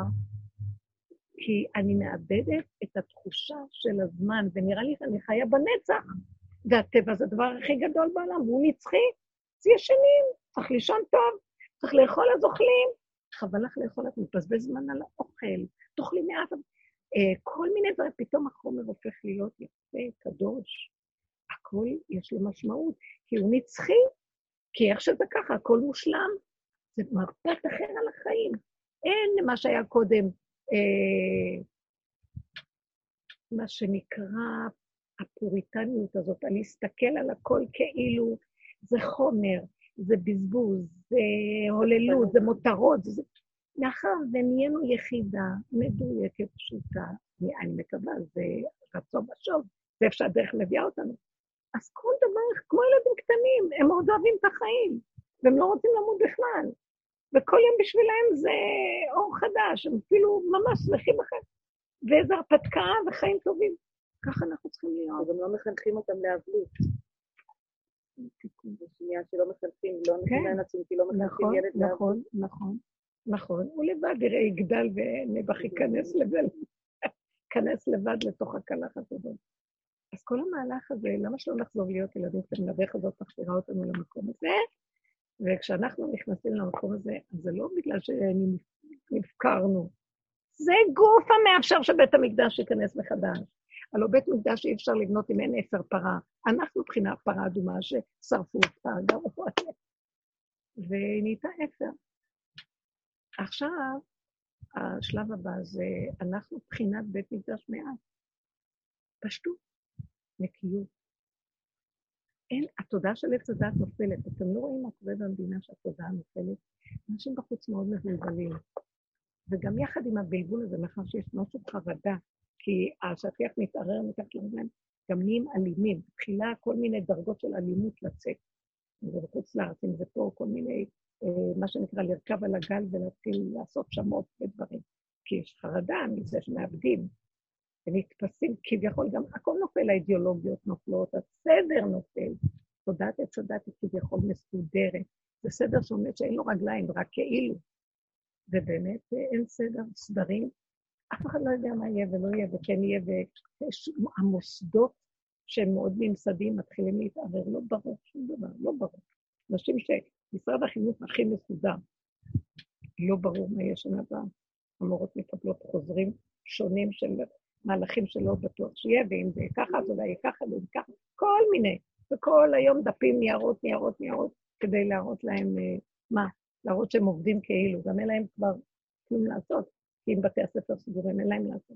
כי אני מאבדת את התחושה של הזמן, ונראה לי שאני חיה בנצח, והטבע זה הדבר הכי גדול בעולם, והוא נצחי, זה ישנים, צריך לישון טוב, צריך לאכול אז אוכלים, חבל לך לאכול, את מתבזבז זמן על האוכל, תאכלי מעט, כל מיני דברים, פתאום החומר הופך להיות יפה, קדוש, הכל יש לו משמעות, כי הוא נצחי, כי איך שזה ככה, הכל מושלם, זה מרפט אחר על החיים, אין מה שהיה קודם, אה, מה שנקרא הפוריטניות הזאת, על להסתכל על הכל כאילו זה חומר, זה בזבוז, זה הוללות, זה מותרות, זה... מאחר ונהיינו יחידה מדויקת, פשוטה, אני מקווה, זה רצון בשוב, זה אפשר דרך מביאה אותנו. אז כל דבר, כמו ילדים קטנים, הם מאוד אוהבים את החיים, והם לא רוצים למות בכלל. וכל יום בשבילם זה אור חדש, הם אפילו ממש שמחים אחר. ואיזו הרפתקה וחיים טובים. ככה אנחנו צריכים להיות. וגם לא מחנכים אותם לאבלות. בשנייה שלא מחנכים, לא נותנים להם עצמם, כי לא מחנכים ילד לאבלות. נכון, נכון, נכון. הוא לבד יראה יגדל ונבח ייכנס לבד, ייכנס לבד לתוך הקלחת הזאת. אז כל המהלך הזה, למה שלא נחזור להיות ילדים, כשנדרך הזאת תחזירה אותנו למקום הזה, וכשאנחנו נכנסים למקום הזה, אז זה לא בגלל שנפקרנו. זה גוף המאפשר שבית המקדש ייכנס מחדש. הלא בית מקדש אי אפשר לבנות אם אין אפר פרה. אנחנו בחינה פרה אדומה ששרפו אותה, גם אותה. ונהייתה אפר. עכשיו, השלב הבא זה, אנחנו בחינת בית מקדש מעט. פשטות, נקיות. אין, התודעה של עץ הדת נופלת. אתם לא רואים מה קורה במדינה שהתודעה נופלת? אנשים בחוץ מאוד מבולבלים. וגם יחד עם הבלבול הזה, מאחר שיש משהו חרדה, כי השטיח מתערער מתחת לרגליים, גם נהיים אלימים. תחילה כל מיני דרגות של אלימות לצאת. זה בחוץ לארץ, אם זה פה, כל מיני, מה שנקרא, לרכב על הגל ולהתחיל לעשות שמות ודברים. כי יש חרדה מזה שמאבדים, ונתפסים, כביכול גם הכל נופל, האידיאולוגיות נופלות, הסדר נופל, תודעת עץ הדת היא כביכול מסודרת, זה סדר שאומר שאין לו רגליים, רק כאילו, ובאמת אין סדר, סדרים, אף אחד לא יודע מה יהיה ולא יהיה וכן יהיה, והמוסדות שהם מאוד ממסדים מתחילים להתערר, לא ברור, שום דבר, לא ברור. אנשים שמשרד החינוך הכי מסודר, לא ברור מה יש שנה הבאה, המורות מקבלות חוזרים שונים של מהלכים שלא בטוח שיהיה, ואם זה ככה, אז אולי ככה, ואם ככה, כל מיני, וכל היום דפים ניירות, ניירות, ניירות, כדי להראות להם מה, להראות שהם עובדים כאילו, גם אין להם כבר כלום לעשות, כי אם בתי הספר סגורים, אין להם לעשות.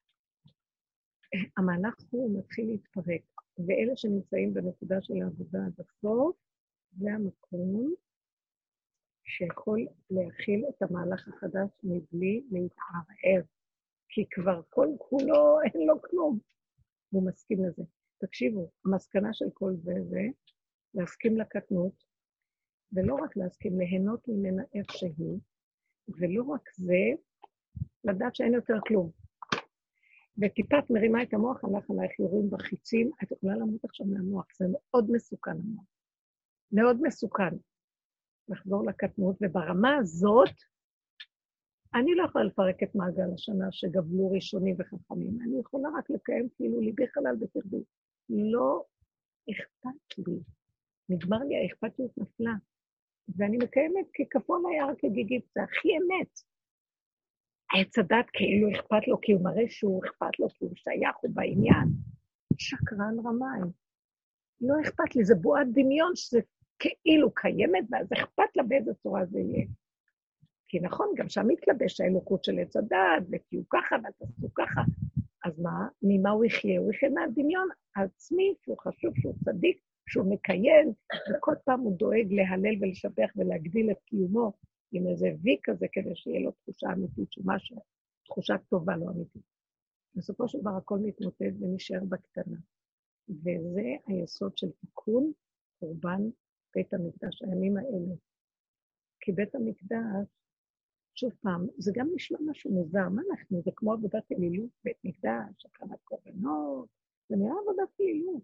המהלך הוא מתחיל להתפרק, ואלה שנמצאים בנקודה של העבודה עד הסוף, זה המקום שיכול להכיל את המהלך החדש מבלי להתערער, כי כבר כל כולו אין לו כלום, והוא מסכים לזה. תקשיבו, המסקנה של כל זה זה להסכים לקטנות, ולא רק להסכים, ליהנות ממנה איך שהיא, ולא רק זה, לדעת שאין יותר כלום. וטיפת מרימה את המוח, הלך עלייך יורים בחיצים, את יכולה למות עכשיו מהמוח, זה מאוד מסוכן המוח. מאוד מסוכן. לחזור לקטנות, וברמה הזאת, אני לא יכולה לפרק את מעגל השנה שגבלו ראשונים וחכמים, אני יכולה רק לקיים כאילו ליבי חלל בקרבי. לא אכפת לי, נגמר לי האכפתיות נפלה, ואני מקיימת ככפון היער כגיגית, זה הכי אמת. העץ הדת כאילו אכפת לו, כי הוא מראה שהוא אכפת לו, כי הוא שייך, הוא בעניין. שקרן רמאי. לא אכפת לי, זה בועת דמיון שזה כאילו קיימת, ואז אכפת לה באיזה צורה זה יהיה. כי נכון, גם שם מתלבש האלוקות של עץ הדת, וכי הוא ככה, ואתה עשו ככה. אז מה? ממה הוא יחיה? הוא יחיה מהדמיון העצמי, שהוא חשוב, שהוא צדיק, שהוא מקיים, וכל פעם הוא דואג להלל ולשבח ולהגדיל את קיומו, עם איזה וי כזה, כדי שיהיה לו תחושה אמיתית, שהוא משהו, תחושה טובה לא אמיתית. בסופו של דבר הכל מתמוטט ונשאר בקטנה. וזה היסוד של תיקון קורבן בית המקדש, הימים האלה. כי בית המקדש, שוב פעם, זה גם נשמע משהו מוזר, מה אנחנו? זה כמו עבודת אלילות, בית מקדש, הקרבת קורבנות, זה נראה עבודת אלילות.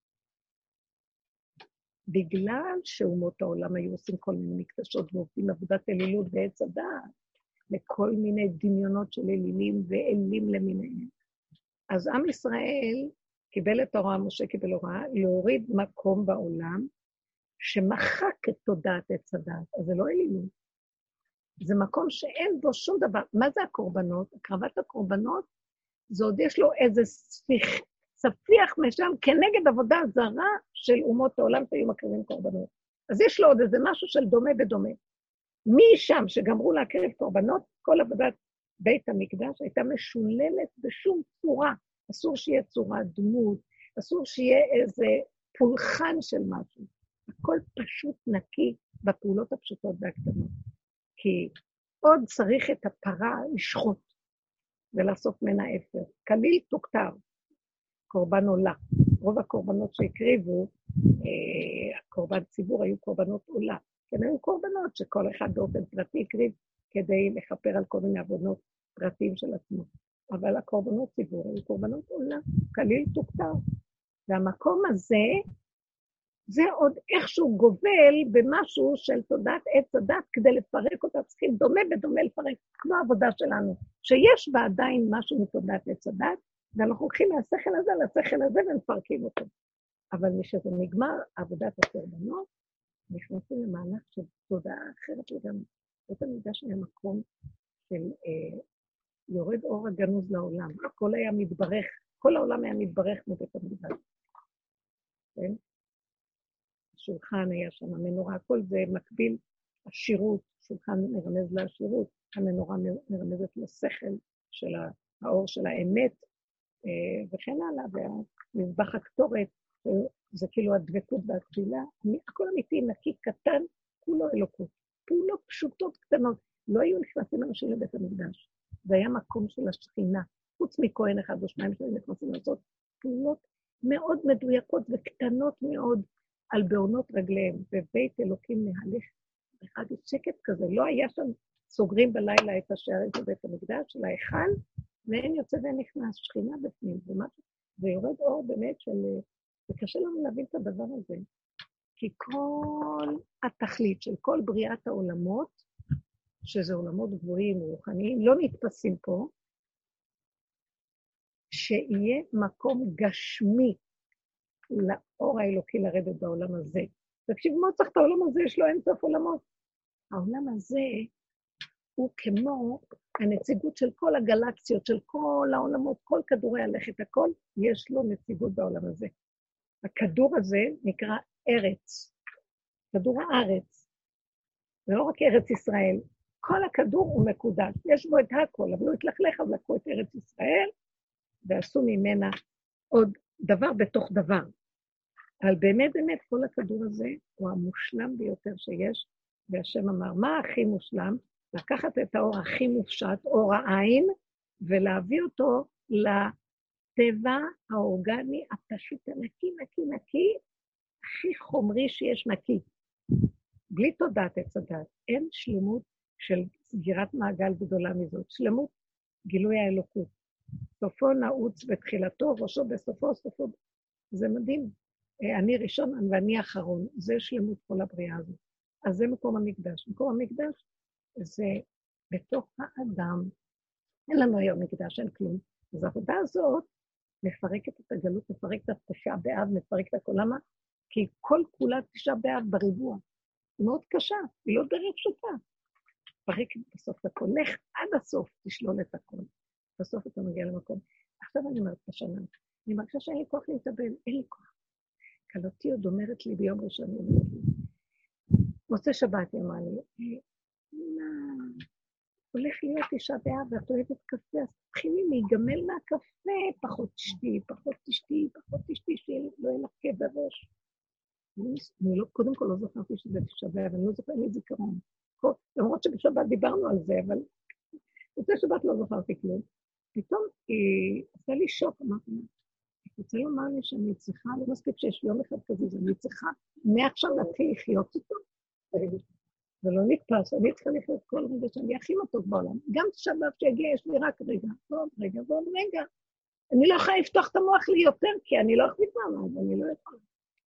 בגלל שאומות העולם היו עושים כל מיני מקדשות ועובדים עבודת אלילות בעץ הדעת, לכל מיני דמיונות של אלילים ואלים למיניהם. אז עם ישראל קיבל את ההוראה, משה קיבל הוראה, להוריד מקום בעולם שמחק את תודעת עץ הדעת. אז זה לא אלילות. זה מקום שאין בו שום דבר. מה זה הקורבנות? הקרבת הקורבנות, זה עוד יש לו איזה ספיח, ספיח משם כנגד עבודה זרה של אומות העולם שהיו מקריבים קורבנות. אז יש לו עוד איזה משהו של דומה בדומה. משם שגמרו להקריב קורבנות, כל עבודת בית המקדש הייתה משוללת בשום צורה. אסור שיהיה צורה דמות, אסור שיהיה איזה פולחן של משהו. הכל פשוט נקי בפעולות הפשוטות והקטנות. כי עוד צריך את הפרה לשחוט ולעשות מנה אפר. כליל תוקטר, קורבן עולה. רוב הקורבנות שהקריבו, אה, קורבן ציבור, היו קורבנות עולה. כן, היו קורבנות שכל אחד באופן פרטי הקריב כדי לכפר על כל מיני עבודות פרטיים של עצמו. אבל הקורבנות ציבור היו קורבנות עולה, כליל תוקטר. והמקום הזה, זה עוד איכשהו גובל במשהו של תודעת עץ הדת, כדי לפרק אותה, צריכים דומה בדומה לפרק, כמו העבודה שלנו, שיש בה עדיין משהו מתודעת עץ הדת, ואנחנו הולכים מהשכל הזה לשכל הזה ומפרקים אותו. אבל משזה נגמר, עבודת הקורבנות, נכנסים למהלך של תודעה אחרת לגמרי. בית המקדש היה מקום של אה, יורד אור הגנוז לעולם, הכל היה מתברך, כל העולם היה מתברך מבית המקדש. כן? השולחן היה שם, המנורה, הכל זה מקביל, השירות, שולחן מרמז לעשירות, המנורה מרמזת לשכל של האור של האמת, וכן הלאה, והמזבח הקטורת, זה כאילו הדבקות והתפילה, הכל אמיתי, נקי, קטן, כולו אלוקות. פעולות פשוטות קטנות, לא היו נכנסים אנשים לבית המקדש. זה היה מקום של השכינה, חוץ מכהן אחד או שניים שהם נכנסים לעשות פעולות מאוד מדויקות וקטנות מאוד על בעונות רגליהם, בבית אלוקים להליך אחד שקט כזה, לא היה שם סוגרים בלילה את השערים של בית המקדש, של ההיכל, ואין יוצא ואין נכנס, שכינה בפנים, ויורד אור באמת של... וקשה לנו להבין את הדבר הזה, כי כל התכלית של כל בריאת העולמות, שזה עולמות גבוהים ורוחניים, לא נתפסים פה, שיהיה מקום גשמי לאור האלוקי לרדת בעולם הזה. תקשיב, מה צריך את העולם הזה? יש לו אין סוף עולמות. העולם הזה הוא כמו הנציגות של כל הגלקסיות, של כל העולמות, כל כדורי הלכת, הכל, יש לו נציגות בעולם הזה. הכדור הזה נקרא ארץ, כדור הארץ, ולא רק ארץ ישראל, כל הכדור הוא מקודש, יש בו את הכל, אבל הוא התלכלך, אבל לקחו את ארץ ישראל, ועשו ממנה עוד דבר בתוך דבר. אבל באמת באמת כל הכדור הזה הוא המושלם ביותר שיש, והשם אמר, מה הכי מושלם? לקחת את האור הכי מופשט, אור העין, ולהביא אותו לטבע האורגני הפשוט הנקי, נקי, נקי, הכי חומרי שיש נקי. בלי תודעת עץ הדת, אין שלמות של סגירת מעגל גדולה מזאת, שלמות גילוי האלוקות. סופו נעוץ בתחילתו, ראשו בסופו, סופו, זה מדהים. אני ראשון ואני אחרון, זה שלמות כל הבריאה הזאת. אז זה מקום המקדש. מקום המקדש זה בתוך האדם. אין לנו היום מקדש, אין כלום. אז העבודה הזאת מפרקת את הגלות, מפרקת את תשעה באב, מפרקת הכל. למה? כי כל כולה תשעה באב בריבוע. היא מאוד קשה, היא לא דרך פשוטה. מפרקת בסוף הכל. לך עד הסוף, תשלול את הכל. בסוף אתה מגיע למקום. עכשיו אני אומרת בשנה, אני מרגישה שאין לי כוח להתאבל, אין לי כוח. קלותי עוד אומרת לי ביום ראשון, מוצא שבת, היא אמרה לי, מה, הולך להיות אישה באב, ואת אוהבת קפה, אז תתחילי להיגמל מהקפה, פחות תשתי, פחות תשתי, פחות תשתי, שלא יהיה לך כאב בראש. אני לא, קודם כל לא זוכרתי שזה אישה באב, אני לא זוכר לי זיכרון. למרות שבשבת דיברנו על זה, אבל מוצא שבת לא זוכרתי כלום. פתאום היא עושה לי שוק, אמרתי לה, היא רוצה לומר לי שאני צריכה, לא מספיק שיש יום אחד כזה, אני צריכה מעכשיו להתחיל לחיות אותו. זה לא נתפס, אני צריכה לחיות כל רגע שאני הכי מתוק בעולם. גם שבת שיגיע, יש לי רק רגע, ועוד רגע, ועוד רגע. אני לא יכולה לפתוח את המוח לי יותר, כי אני לא אחליט מעמד, אני לא יכולה.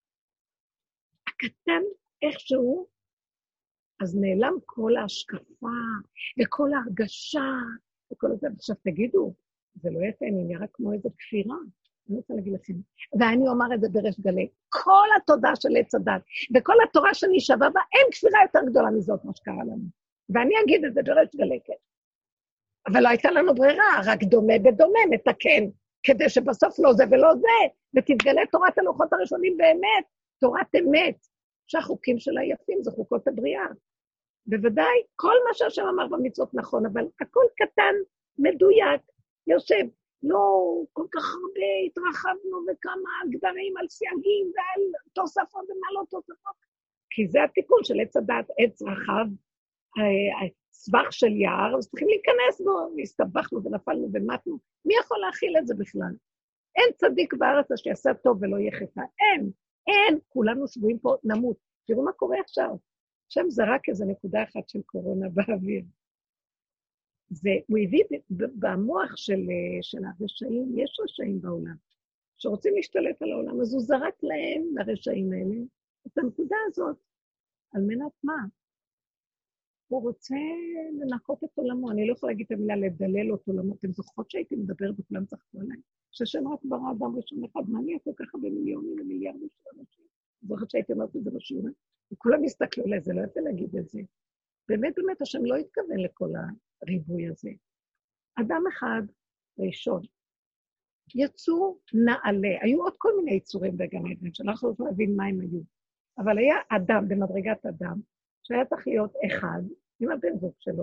הקטן, איכשהו, אז נעלם כל ההשקפה, וכל ההרגשה, וכל זה. עכשיו תגידו, זה לא יפה, אני נראה כמו איזו כפירה. אני רוצה להגיד לכם, ואני אומר את זה בריש גלי, כל התודה של עץ הדת, וכל התורה שאני שווה בה, אין כפירה יותר גדולה מזאת מה שקרה לנו. ואני אגיד את זה בריש גלי, כן. אבל לא הייתה לנו ברירה, רק דומה בדומה, נתקן, כדי שבסוף לא זה ולא זה, ותתגלה תורת הלוחות הראשונים באמת, תורת אמת, שהחוקים שלה יפים, זה חוקות הבריאה. בוודאי, כל מה שהשם אמר במצוות נכון, אבל הכל קטן, מדויק, יושב, לא כל כך הרבה התרחבנו וכמה גדרים על סייגים ועל תוספות ומה לא תוספות, כי זה התיקון של עץ הדת, עץ רחב, הסבך של יער, אז צריכים להיכנס בו, והסתבכנו ונפלנו ומתנו, מי יכול להכיל את זה בכלל? אין צדיק בארץ שיעשה טוב ולא יהיה חטא, אין, אין, כולנו שבועים פה, נמות, תראו מה קורה עכשיו, שם זה רק איזו נקודה אחת של קורונה באוויר, זה, הוא הביא במוח של, של הרשעים, יש רשעים בעולם, שרוצים להשתלט על העולם, אז הוא זרק להם, לרשעים האלה, את הנקודה הזאת, על מנת מה? הוא רוצה לנקות את עולמו, אני לא יכולה להגיד את המילה לדלל את עולמו, אתם זוכרות שהייתי מדבר בכולם צחקו עליי, ששם רק ברא אדם ראשון אחד, מה אני אעשה ככה במיליונים ומיליארדים של אנשים? זוכרת שהייתי אומרת את זה בשיעורים, וכולם הסתכלו עליי, זה לא יפה להגיד את זה. באמת באמת השם לא התכוון לכל הריבוי הזה. אדם אחד ראשון, יצאו נעלה, היו עוד כל מיני יצורים בגן עדן, שאנחנו לא יכולים להבין מה הם היו, אבל היה אדם במדרגת אדם, שהיה צריך להיות אחד, עם הבן זוג שלו,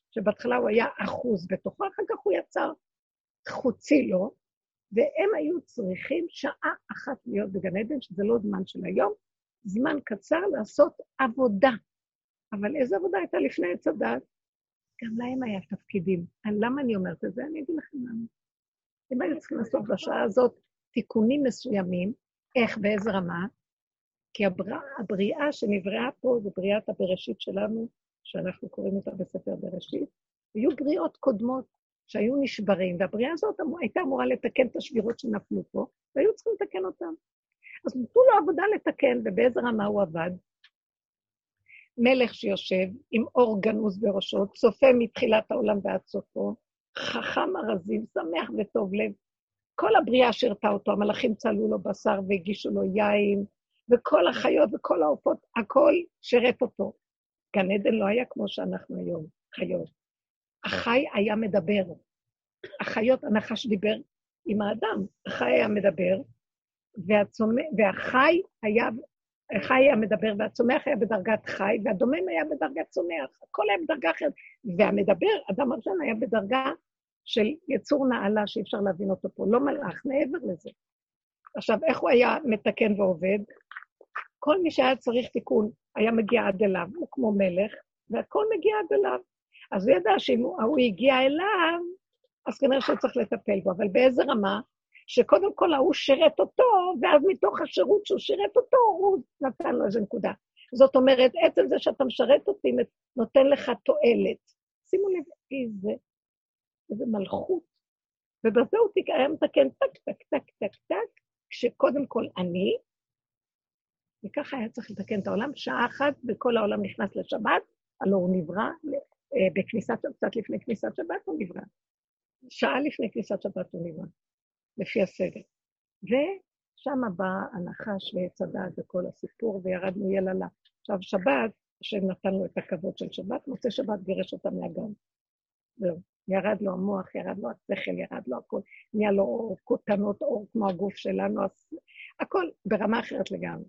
שבהתחלה הוא היה אחוז בתוכו, אחר כך הוא יצר חוצי לו, והם היו צריכים שעה אחת להיות בגן עדן, שזה לא זמן של היום, זמן קצר לעשות עבודה. אבל איזו עבודה הייתה לפני עץ הדת? גם להם היה תפקידים. למה אני אומרת את זה? אני אגיד לכם למה. הם היו צריכים לעשות בשעה הזאת תיקונים מסוימים, איך באיזה רמה, כי הבריאה, הבריאה שנבראה פה זה בריאת הבראשית שלנו, שאנחנו קוראים אותה בספר בראשית, היו בריאות קודמות שהיו נשברים, והבריאה הזאת הייתה אמורה לתקן את השבירות שנפלו פה, והיו צריכים לתקן אותם. אז נתנו לו עבודה לתקן, ובאיזה רמה הוא עבד? מלך שיושב עם אור גנוז בראשו, צופה מתחילת העולם ועד סופו, חכם הרזים, שמח וטוב לב. כל הבריאה שרתה אותו, המלאכים צלו לו בשר והגישו לו יין, וכל החיות וכל העופות, הכל שרת אותו. גן עדן לא היה כמו שאנחנו היום, חיות. החי היה מדבר. החיות, הנחש דיבר עם האדם. החי היה מדבר, והצומח, והחי היה, החי היה מדבר, והצומח היה בדרגת חי, והדומם היה בדרגת צומח. הכל היה בדרגה אחרת. והמדבר, אדם הראשון היה בדרגה של יצור נעלה שאי אפשר להבין אותו פה. לא מלאך, מעבר לזה. עכשיו, איך הוא היה מתקן ועובד? כל מי שהיה צריך תיקון היה מגיע עד אליו, הוא כמו מלך, והכל מגיע עד אליו. אז הוא ידע שאם הוא הגיע אליו, אז כנראה שהוא צריך לטפל בו. אבל באיזה רמה? שקודם כל הוא שירת אותו, ואז מתוך השירות שהוא שירת אותו, הוא נתן לו איזו נקודה. זאת אומרת, עצם זה שאתה משרת אותי, נותן לך תועלת. שימו לב, איזה, איזה מלכות. ובזה הוא היה מתקן טק, טק, טק, טק, טק, כשקודם כל אני, וככה היה צריך לתקן את העולם, שעה אחת בכל העולם נכנס לשבת, הלא הוא נברא, בכניסת, קצת לפני כניסת שבת הוא נברא. שעה לפני כניסת שבת הוא נברא, לפי הסדר. ושם בא הנחש ועץ הדת וכל הסיפור, וירדנו יללה. עכשיו שבת, שנתנו את הכבוד של שבת, מוצא שבת גירש אותה מהגן. זהו, ירד לו המוח, ירד לו השכל, ירד לו הכל, נהיה לו קוטנות אור כמו הגוף שלנו, הכל ברמה אחרת לגמרי.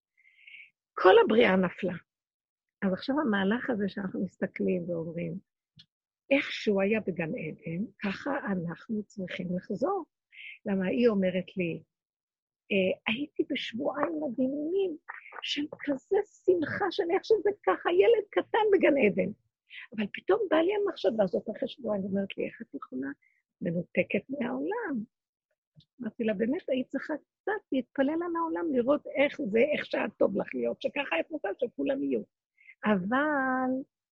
כל הבריאה נפלה. אז עכשיו המהלך הזה שאנחנו מסתכלים ואומרים, איך שהוא היה בגן עדן, ככה אנחנו צריכים לחזור. למה היא אומרת לי, הייתי בשבועיים מדהימים, של כזה שמחה של איך שזה ככה, ילד קטן בגן עדן. אבל פתאום בא לי המחשבה הזאת אחרי שבועיים, אומרת לי, איך את יכולה מנותקת מהעולם? אמרתי לה, באמת היית צריכה קצת להתפלל על העולם, לראות איך זה, איך שאת טוב לך להיות, שככה את רוצה שכולם יהיו. אבל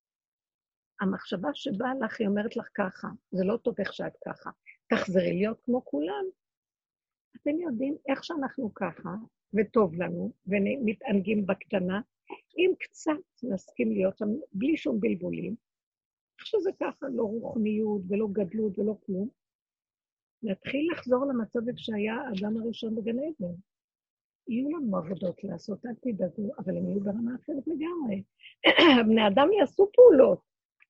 המחשבה שבאה לך, היא אומרת לך ככה, זה לא טוב איך שאת ככה, תחזרי להיות כמו כולם. אתם יודעים איך שאנחנו ככה, וטוב לנו, ומתענגים בקטנה, אם קצת נסכים להיות שם, בלי שום בלבולים, איך שזה ככה, לא רוחניות ולא גדלות ולא כלום, נתחיל לחזור למצב שהיה האדם הראשון בגן עדן. יהיו לנו עבודות לעשות, אל תדאגו, אבל הם יהיו ברמה אחרת לגמרי. בני אדם יעשו פעולות,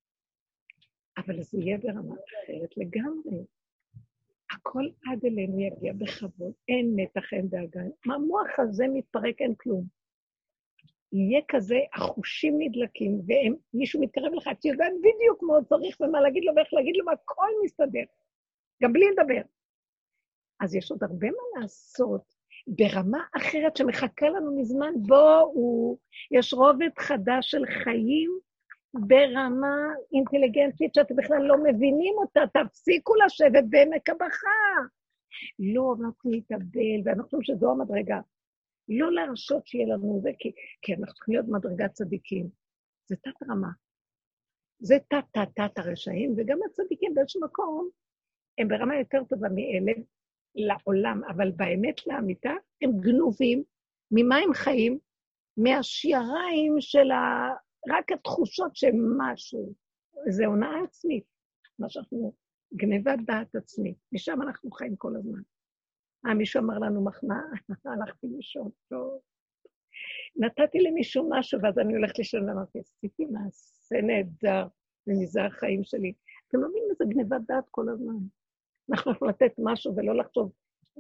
אבל זה יהיה ברמה אחרת לגמרי. הכל עד אלינו יגיע בכבוד, אין מתח, אין דאגה. המוח הזה מתפרק, אין כלום. יהיה כזה, החושים נדלקים, ומישהו מתקרב לך, את יודעת בדיוק מה צריך ומה להגיד לו, ואיך להגיד לו, והכל מסתדר. גם בלי לדבר. אז יש עוד הרבה מה לעשות, ברמה אחרת שמחכה לנו מזמן, בואו, יש רובד חדש של חיים, ברמה אינטליגנטית, שאתם בכלל לא מבינים אותה, תפסיקו לשבת בעמק הבכה. לא, אנחנו נתאבל, ואנחנו חושבים שזו המדרגה. לא להרשות שיהיה לנו זה, כי, כי אנחנו צריכים להיות מדרגת צדיקים. זה תת רמה. זה תת תת תת הרשעים, וגם הצדיקים באיזשהו מקום, הם ברמה יותר טובה מאלה לעולם, אבל באמת לאמיתה, הם גנובים. ממה הם חיים? מהשיעריים של ה... רק התחושות שמשהו, זה הונאה עצמית, מה שאנחנו, גנבת דעת עצמית, משם אנחנו חיים כל הזמן. אה, מישהו אמר לנו מחמאה, הלכתי לישון, טוב. נתתי למישהו משהו, ואז אני הולכת לישון, ואמרתי, עשיתי מעשה נהדר, ומזה החיים שלי. אתם לא מבינים איזה גנבת דעת כל הזמן. אנחנו יכולים לתת משהו ולא לחשוב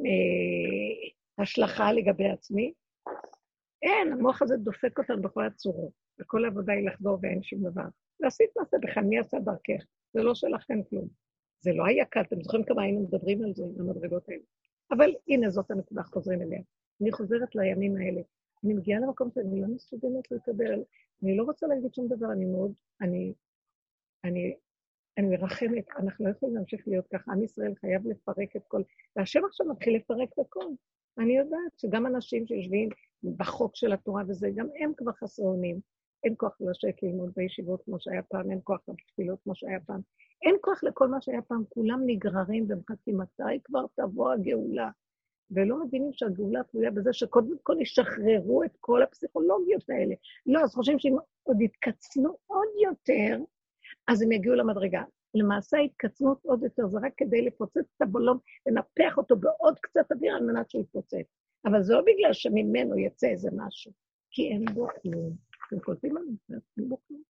אה, השלכה לגבי עצמי. אין, המוח הזה דופק אותנו בכל הצורות. וכל העבודה היא לחזור ואין שום דבר. ועשית מעשה בכלל, מי עשה דרכך? זה לא שלכם כלום. זה לא היה קל, אתם זוכרים כמה היינו מדברים על זה, המדרגות האלה. אבל הנה זאת הנקודה, חוזרים אליה. אני חוזרת לימים האלה. אני מגיעה למקום שאני לא מסוגלת לקבל, אני לא רוצה להגיד שום דבר, אני מאוד, אני, אני, אני מרחמת, אנחנו לא יכולים להמשיך להיות ככה, עם ישראל חייב לפרק את כל, והשם עכשיו מתחיל לפרק את הכל. אני יודעת שגם אנשים שיושבים בחוק של התורה וזה, גם הם כבר חסרי אונים. אין כוח לשבת ללמוד בישיבות כמו שהיה פעם, אין כוח לתפילות כמו שהיה פעם. אין כוח לכל מה שהיה פעם, כולם נגררים ומחכים מתי כבר תבוא הגאולה. ולא מבינים שהגאולה תלויה בזה שקודם כל ישחררו את כל הפסיכולוגיות האלה. לא, אז חושבים שאם עוד יתקצנו עוד יותר, אז הם יגיעו למדרגה. למעשה ההתקצנות עוד יותר, זה רק כדי לפוצץ את הבלון, לנפח אותו בעוד קצת אוויר על מנת שהוא יתפוצץ. אבל זה לא בגלל שממנו יצא איזה משהו, כי אין בו כלום. אתם קולטים על זה, אין בו כלום.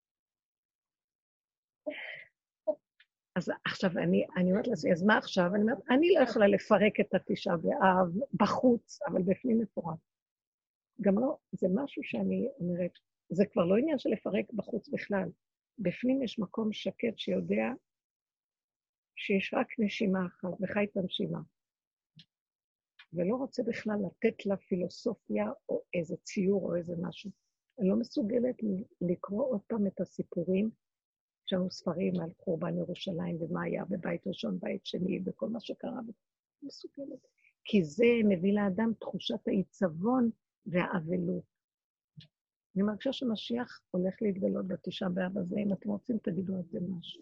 אז עכשיו אני, אני אומרת לעצמי, אז מה עכשיו? אני אומרת, אני לא יכולה לפרק את התשעה באב בחוץ, אבל בפנים מפורט. גם לא, זה משהו שאני אומרת, זה כבר לא עניין של לפרק בחוץ בכלל. בפנים יש מקום שקט שיודע שיש רק נשימה אחת, וחי את הנשימה. ולא רוצה בכלל לתת לה פילוסופיה או איזה ציור או איזה משהו. אני לא מסוגלת לקרוא עוד פעם את הסיפורים, כשאנו ספרים על חורבן ירושלים ומה היה בבית ראשון, בית שני, וכל מה שקרה, מסוגלת. כי זה מביא לאדם תחושת העיצבון והאבלות. אני מרגישה שמשיח הולך להתגלות בתשעה באב הזה, אם אתם רוצים תגידו על זה משהו.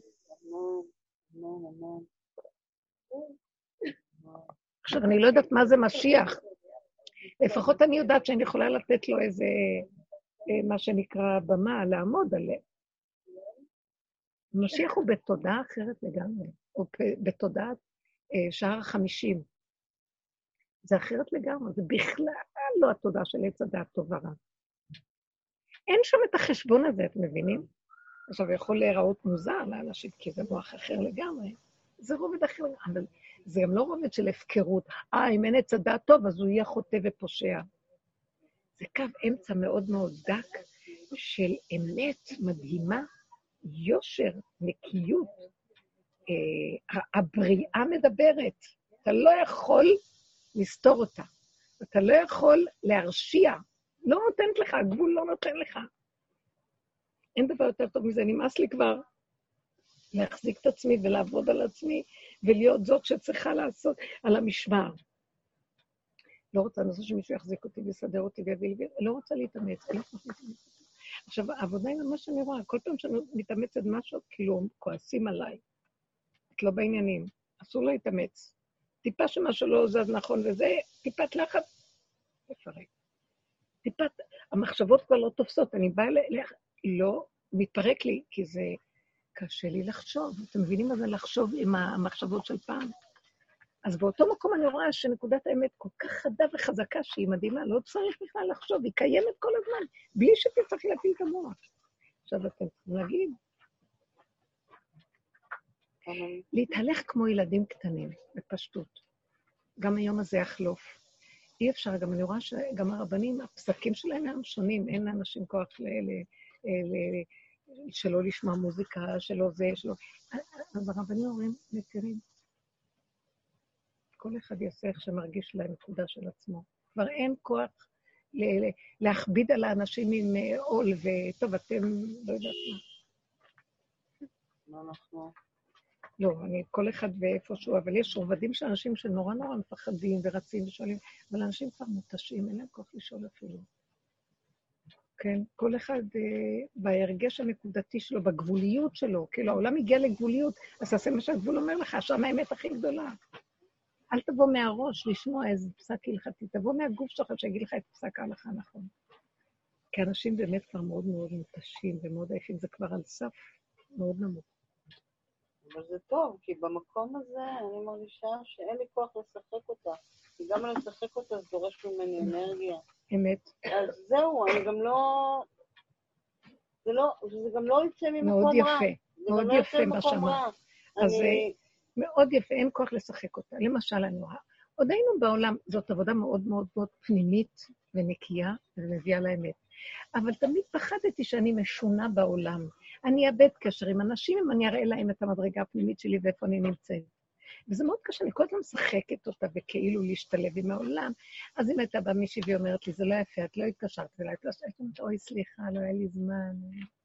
עכשיו, אני לא יודעת מה זה משיח. לפחות אני יודעת שאני יכולה לתת לו איזה, מה שנקרא במה, לעמוד עליה. משיח הוא בתודעה אחרת לגמרי, הוא בתודעת שער החמישים. זה אחרת לגמרי, זה בכלל לא התודעה של עץ הדעת טוב ורע. אין שם את החשבון הזה, אתם מבינים? עכשיו, יכול להיראות מוזר לאנשים, כי זה מוח אחר לגמרי. זה רובד אחר, אבל זה גם לא רובד של הפקרות. אה, אם אין עץ הדעת טוב, אז הוא יהיה חוטא ופושע. זה קו אמצע מאוד מאוד דק של אמת מדהימה, יושר, נקיות, אה, הבריאה מדברת. אתה לא יכול לסתור אותה. אתה לא יכול להרשיע. לא נותנת לך, הגבול לא נותן לך. אין דבר יותר טוב מזה, נמאס לי כבר להחזיק את עצמי ולעבוד על עצמי, ולהיות זאת שצריכה לעשות על המשמר. לא רוצה, אני רוצה שמישהו יחזיק אותי ויסדר אותי ויביא לי, לא רוצה להתאמץ, אני לא רוצה להתאמץ. עכשיו, העבודה היא ממש שאני רואה, כל פעם שאני מתאמצת משהו, כאילו, כועסים עליי. את לא בעניינים, אסור להתאמץ. טיפה שמשהו לא זז נכון, וזה טיפת לחץ, לפרק. טיפת, המחשבות כבר לא תופסות, אני באה ל... לא, מתפרק לי, כי זה קשה לי לחשוב. אתם מבינים מה זה לחשוב עם המחשבות של פעם? אז באותו מקום אני רואה שנקודת האמת כל כך חדה וחזקה שהיא מדהימה, לא צריך בכלל לחשוב, היא קיימת כל הזמן, בלי שתצטרך להפיל את המוח. עכשיו אתם צריכים להגיד, להתהלך כמו ילדים קטנים, בפשטות. גם היום הזה יחלוף. אי אפשר, גם אני רואה שגם הרבנים, הפסקים שלהם הם שונים, אין לאנשים כוח ל... שלא לשמוע מוזיקה, שלא זה, שלא... אז הרבנים אומרים, מכירים, כל אחד יעשה איך שמרגיש לנקודה של עצמו. כבר אין כוח להכביד על האנשים עם עול, וטוב, אתם לא יודעת מה. מה אנחנו? לא, אני כל אחד ואיפשהו, אבל יש רובדים של אנשים שנורא נורא מפחדים ורצים ושואלים, אבל אנשים כבר מותשים, אין להם כוח לשאול אפילו. כן, כל אחד אה, בהרגש הנקודתי שלו, בגבוליות שלו, כאילו העולם הגיע לגבוליות, אז תעשה מה שהגבול אומר לך, שם האמת הכי גדולה. אל תבוא מהראש לשמוע איזה פסק הלכתי, תבוא מהגוף שלך שיגיד לך את פסק ההלכה נכון. כי אנשים באמת כבר מאוד מאוד מותשים ומאוד עייפים, זה כבר על סף מאוד נמוך. אבל זה טוב, כי במקום הזה אני מרגישה שאין לי כוח לשחק אותה. כי גם על לשחק אותה זה דורש ממני אנרגיה. אמת. אז זהו, אני גם לא... זה לא, זה גם לא יצא ממקום רע. מאוד יפה, מאוד יפה בשמה. אז אני... מאוד יפה, אין כוח לשחק אותה. למשל, אני רואה, עוד היינו בעולם, זאת עבודה מאוד מאוד מאוד פנימית ונקייה, ומביאה לאמת. אבל תמיד פחדתי שאני משונה בעולם. אני אאבד קשר עם אנשים, אם אני אראה להם את המדרגה הפנימית שלי ואיפה אני נמצאת. וזה מאוד קשה, אני כל הזמן משחקת אותה וכאילו להשתלב עם העולם. אז אם הייתה באה מישהי ואומרת לי, זה לא יפה, את לא התקשרת אליי, את לא אומרת, אוי, סליחה, לא היה לי זמן.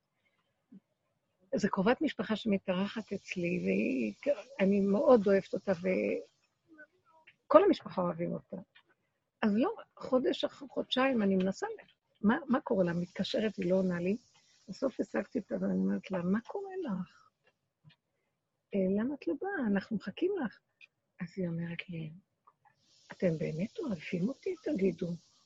זו קרובת משפחה שמתארחת אצלי, ואני מאוד אוהבת אותה, וכל המשפחה אוהבים אותה. אז לא, חודש אחר חודשיים אני מנסה, מה, מה קורה לה? מתקשרת, היא לא עונה לי. בסוף השגתי אותה ואני אומרת לה, מה קורה לך? למה את לא באה? אנחנו מחכים לך. אז היא אומרת לי, אתם באמת אוהבים אותי? תגידו.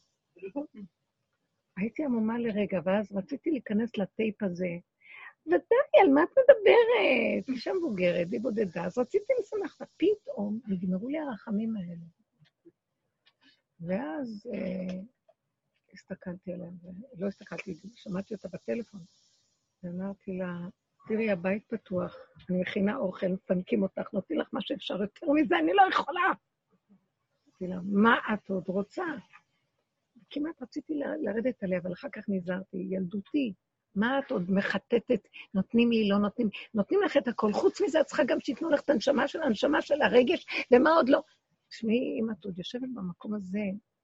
הייתי עמומה לרגע, ואז רציתי להיכנס לטייפ הזה. ודאי, על מה את מדברת? אישה מבוגרת, היא בודדה, אז רציתי לשמח אותה. פתאום נגמרו לי הרחמים האלה. ואז אה, הסתכלתי עליהם, לא הסתכלתי, שמעתי אותה בטלפון, ואמרתי לה, תראי, הבית פתוח, אני מכינה אוכל, מפנקים אותך, נותנים לך מה שאפשר יותר מזה, אני לא יכולה. אמרתי לה, מה את עוד רוצה? כמעט רציתי ל- לרדת עליה, אבל אחר כך נזהרתי, ילדותי, מה את עוד מחטטת, נותנים לי, לא נותנים, נותנים לך את הכל, חוץ מזה את צריכה גם שיתנו לך את הנשמה של הנשמה של הרגש, ומה עוד לא. תשמעי, אם את עוד יושבת במקום הזה,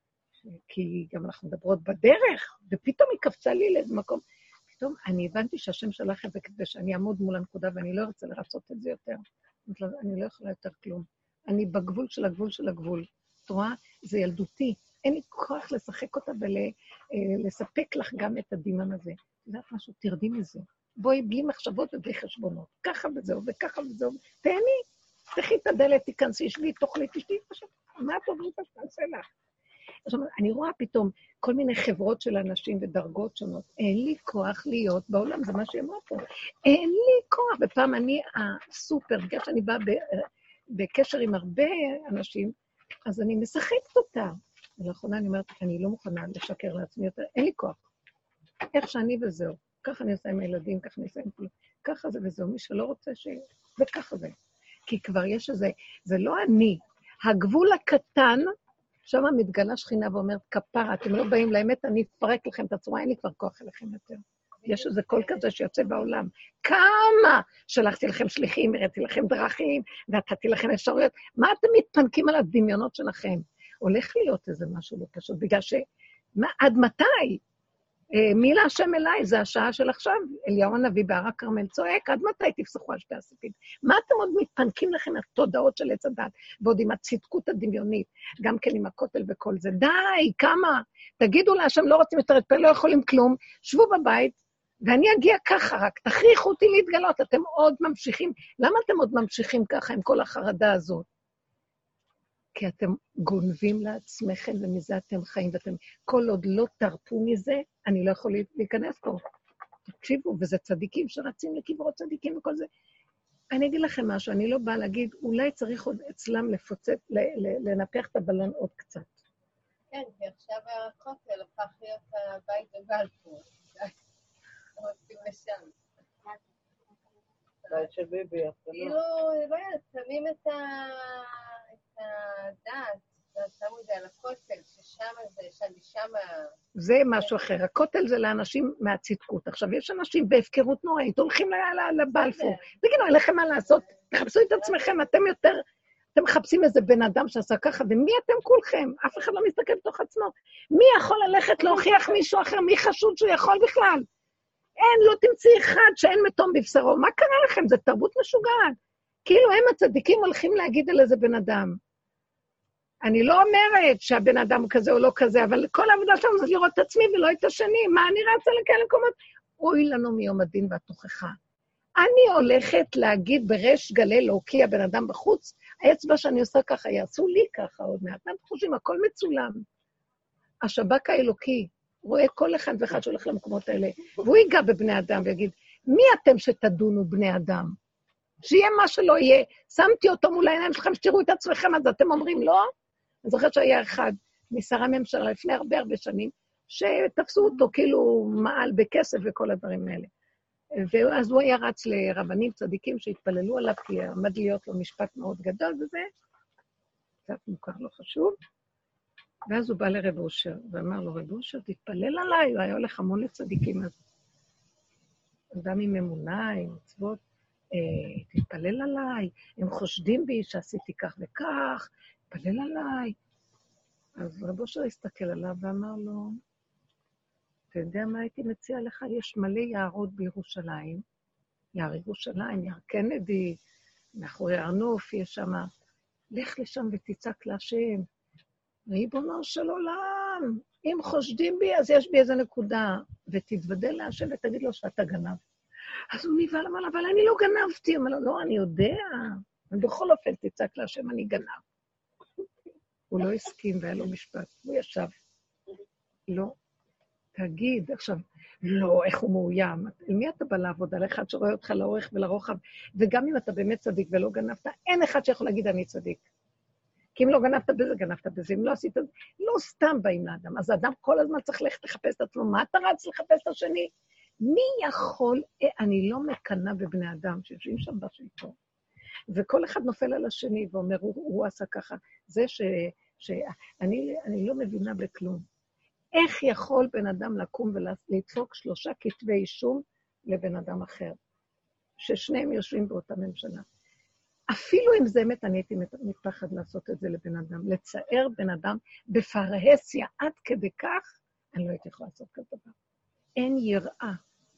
כי גם אנחנו מדברות בדרך, ופתאום היא קפצה לי לאיזה מקום, פתאום אני הבנתי שהשם שלך את זה כדי שאני אעמוד מול הנקודה, ואני לא ארצה לרצות את זה יותר. אני לא יכולה יותר כלום. אני בגבול של הגבול של הגבול. את רואה? זה ילדותי. אין לי כוח לשחק אותה ולספק לך גם את הדמיון הזה. זה משהו, תרדי מזה. בואי בלי מחשבות ובלי חשבונות. ככה וזהו, וככה וזהו. תהני, תחי את הדלת, תיכנסי, שבי, תאכלי, תשתי, פשוט. מה את עוברת שתעשה לך? זאת אומרת, אני רואה פתאום כל מיני חברות של אנשים ודרגות שונות. אין לי כוח להיות בעולם, זה מה שהיא אמרה פה. אין לי כוח. ופעם אני הסופר, בגלל שאני באה בקשר עם הרבה אנשים, אז אני משחקת אותה. ולאחרונה אני אומרת, אני לא מוכנה לשקר לעצמי יותר, אין לי כוח. איך שאני וזהו. ככה אני עושה עם הילדים, ככה אני עושה עם כולם. ככה זה וזהו, מי שלא רוצה ש... וככה זה. כי כבר יש איזה, זה לא אני. הגבול הקטן, שם מתגלה שכינה ואומרת, כפרה, אתם לא באים לאמת, אני אפרק לכם את הצורה, אין לי כבר כוח אליכם יותר. יש איזה קול כזה שיוצא בעולם. כמה שלחתי לכם שליחים, הראיתי לכם דרכים, נתתי לכם אפשרויות. מה אתם מתפנקים על הדמיונות שלכם? הולך להיות איזה משהו לא פשוט, בגלל ש... מה, עד מתי? מי להשם אליי? זה השעה של עכשיו. אליהו הנביא בהר הכרמל צועק, עד מתי תפסחו על שתי הספים? מה אתם עוד מתפנקים לכם התודעות של עץ הדת, ועוד עם הצדקות הדמיונית, גם כן עם הכותל וכל זה? די, כמה? תגידו להשם, לא רוצים יותר את פה, לא יכולים כלום, שבו בבית, ואני אגיע ככה רק, תכריחו אותי להתגלות, אתם עוד ממשיכים. למה אתם עוד ממשיכים ככה עם כל החרדה הזאת? כי אתם גונבים לעצמכם, ומזה אתם חיים, ואתם כל עוד לא תרפו מזה, אני לא יכול להיכנס פה. תקשיבו, וזה צדיקים שרצים לקברות צדיקים וכל זה. אני אגיד לכם משהו, אני לא באה להגיד, אולי צריך עוד אצלם לפוצץ, לנפח את הבלון עוד קצת. כן, כי עכשיו הכותל הפך להיות הבית בבלפור. רוצים לשם. בית של ביבי, כאילו, לא יודעת, שמים את הדעת, שמו את זה על הכותל, ששם זה, שאני שמה... זה משהו אחר. הכותל זה לאנשים מהצדקות. עכשיו, יש אנשים בהפקרות נוראית, הולכים לבלפור. תגידו, אין לכם מה לעשות, תחפשו את עצמכם, אתם יותר... אתם מחפשים איזה בן אדם שעשה ככה, ומי אתם כולכם? אף אחד לא מסתכל בתוך עצמו. מי יכול ללכת להוכיח מישהו אחר? מי חשוד שהוא יכול בכלל? אין, לא תמצאי אחד שאין מתום בבשרו. מה קרה לכם? זה תרבות משוגעת. כאילו הם הצדיקים הולכים להגיד על איזה בן אדם. אני לא אומרת שהבן אדם כזה או לא כזה, אבל כל העבודה שלנו זה לראות את עצמי ולא את השני. מה אני רצה לכאלה מקומות? אוי לנו מיום הדין והתוכחה. אני הולכת להגיד ברש גלה להוקיע בן אדם בחוץ, האצבע שאני עושה ככה, יעשו לי ככה עוד מעט. אתם חושבים, הכל מצולם. השב"כ האלוקי רואה כל אחד ואחד שהולך למקומות האלה, והוא ייגע בבני אדם ויגיד, מי אתם שתדונו בני אדם? שיהיה מה שלא יהיה. שמתי אותו מול העיניים שלכם, שתראו את עצמכם, אז אתם אומרים לא? אני זוכרת שהיה אחד משרי הממשלה לפני הרבה הרבה שנים, שתפסו אותו כאילו מעל בכסף וכל הדברים האלה. ואז הוא היה רץ לרבנים צדיקים שהתפללו עליו, כי עמד להיות לו משפט מאוד גדול וזה, קצת מוכר, לא חשוב. ואז הוא בא לרב אושר, ואמר לו, רב אושר, תתפלל עליי, הוא היה הולך המון לצדיקים אז. אדם עם אמונה, עם מצוות, אה, תתפלל עליי, הם חושדים בי שעשיתי כך וכך, תתפלל עליי. אז רב אושר הסתכל עליו ואמר לו, אתה יודע מה הייתי מציע לך? יש מלא יערות בירושלים, יער ירושלים, יער קנדי, מאחורי הר נוף, יש שם, לך לשם ותצעק להשם, ריבונו של עולם, אם חושדים בי, אז יש בי איזה נקודה, ותתוודא להשם ותגיד לו שאתה גנב. אז הוא נבהל, אמר, אבל אני לא גנבתי. אמר לו, לא, אני יודע, ובכל אופן תצעק להשם, אני גנב. הוא לא הסכים והיה לו משפט, הוא ישב. לא, תגיד, עכשיו, לא, איך הוא מאוים. אל מי אתה בא לעבוד? על אחד שרואה אותך לאורך ולרוחב, וגם אם אתה באמת צדיק ולא גנבת, אין אחד שיכול להגיד אני צדיק. כי אם לא גנבת בזה, גנבת בזה, אם לא עשית את זה, לא סתם באים לאדם. אז האדם כל הזמן צריך ללכת לחפש את עצמו, מה אתה רץ לחפש את השני? מי יכול, אני לא מקנה בבני אדם שיושבים שם בשלטון, וכל אחד נופל על השני ואומר, הוא, הוא עשה ככה, זה ש, שאני אני לא מבינה בכלום. איך יכול בן אדם לקום ולדפוק שלושה כתבי אישום לבן אדם אחר, ששניהם יושבים באותה ממשלה? אפילו אם זה אמת, אני הייתי מתפחד לעשות את זה לבן אדם, לצער בן אדם בפרהסיה עד כדי כך, אני לא הייתי יכולה לעשות כזה דבר. אין יראה.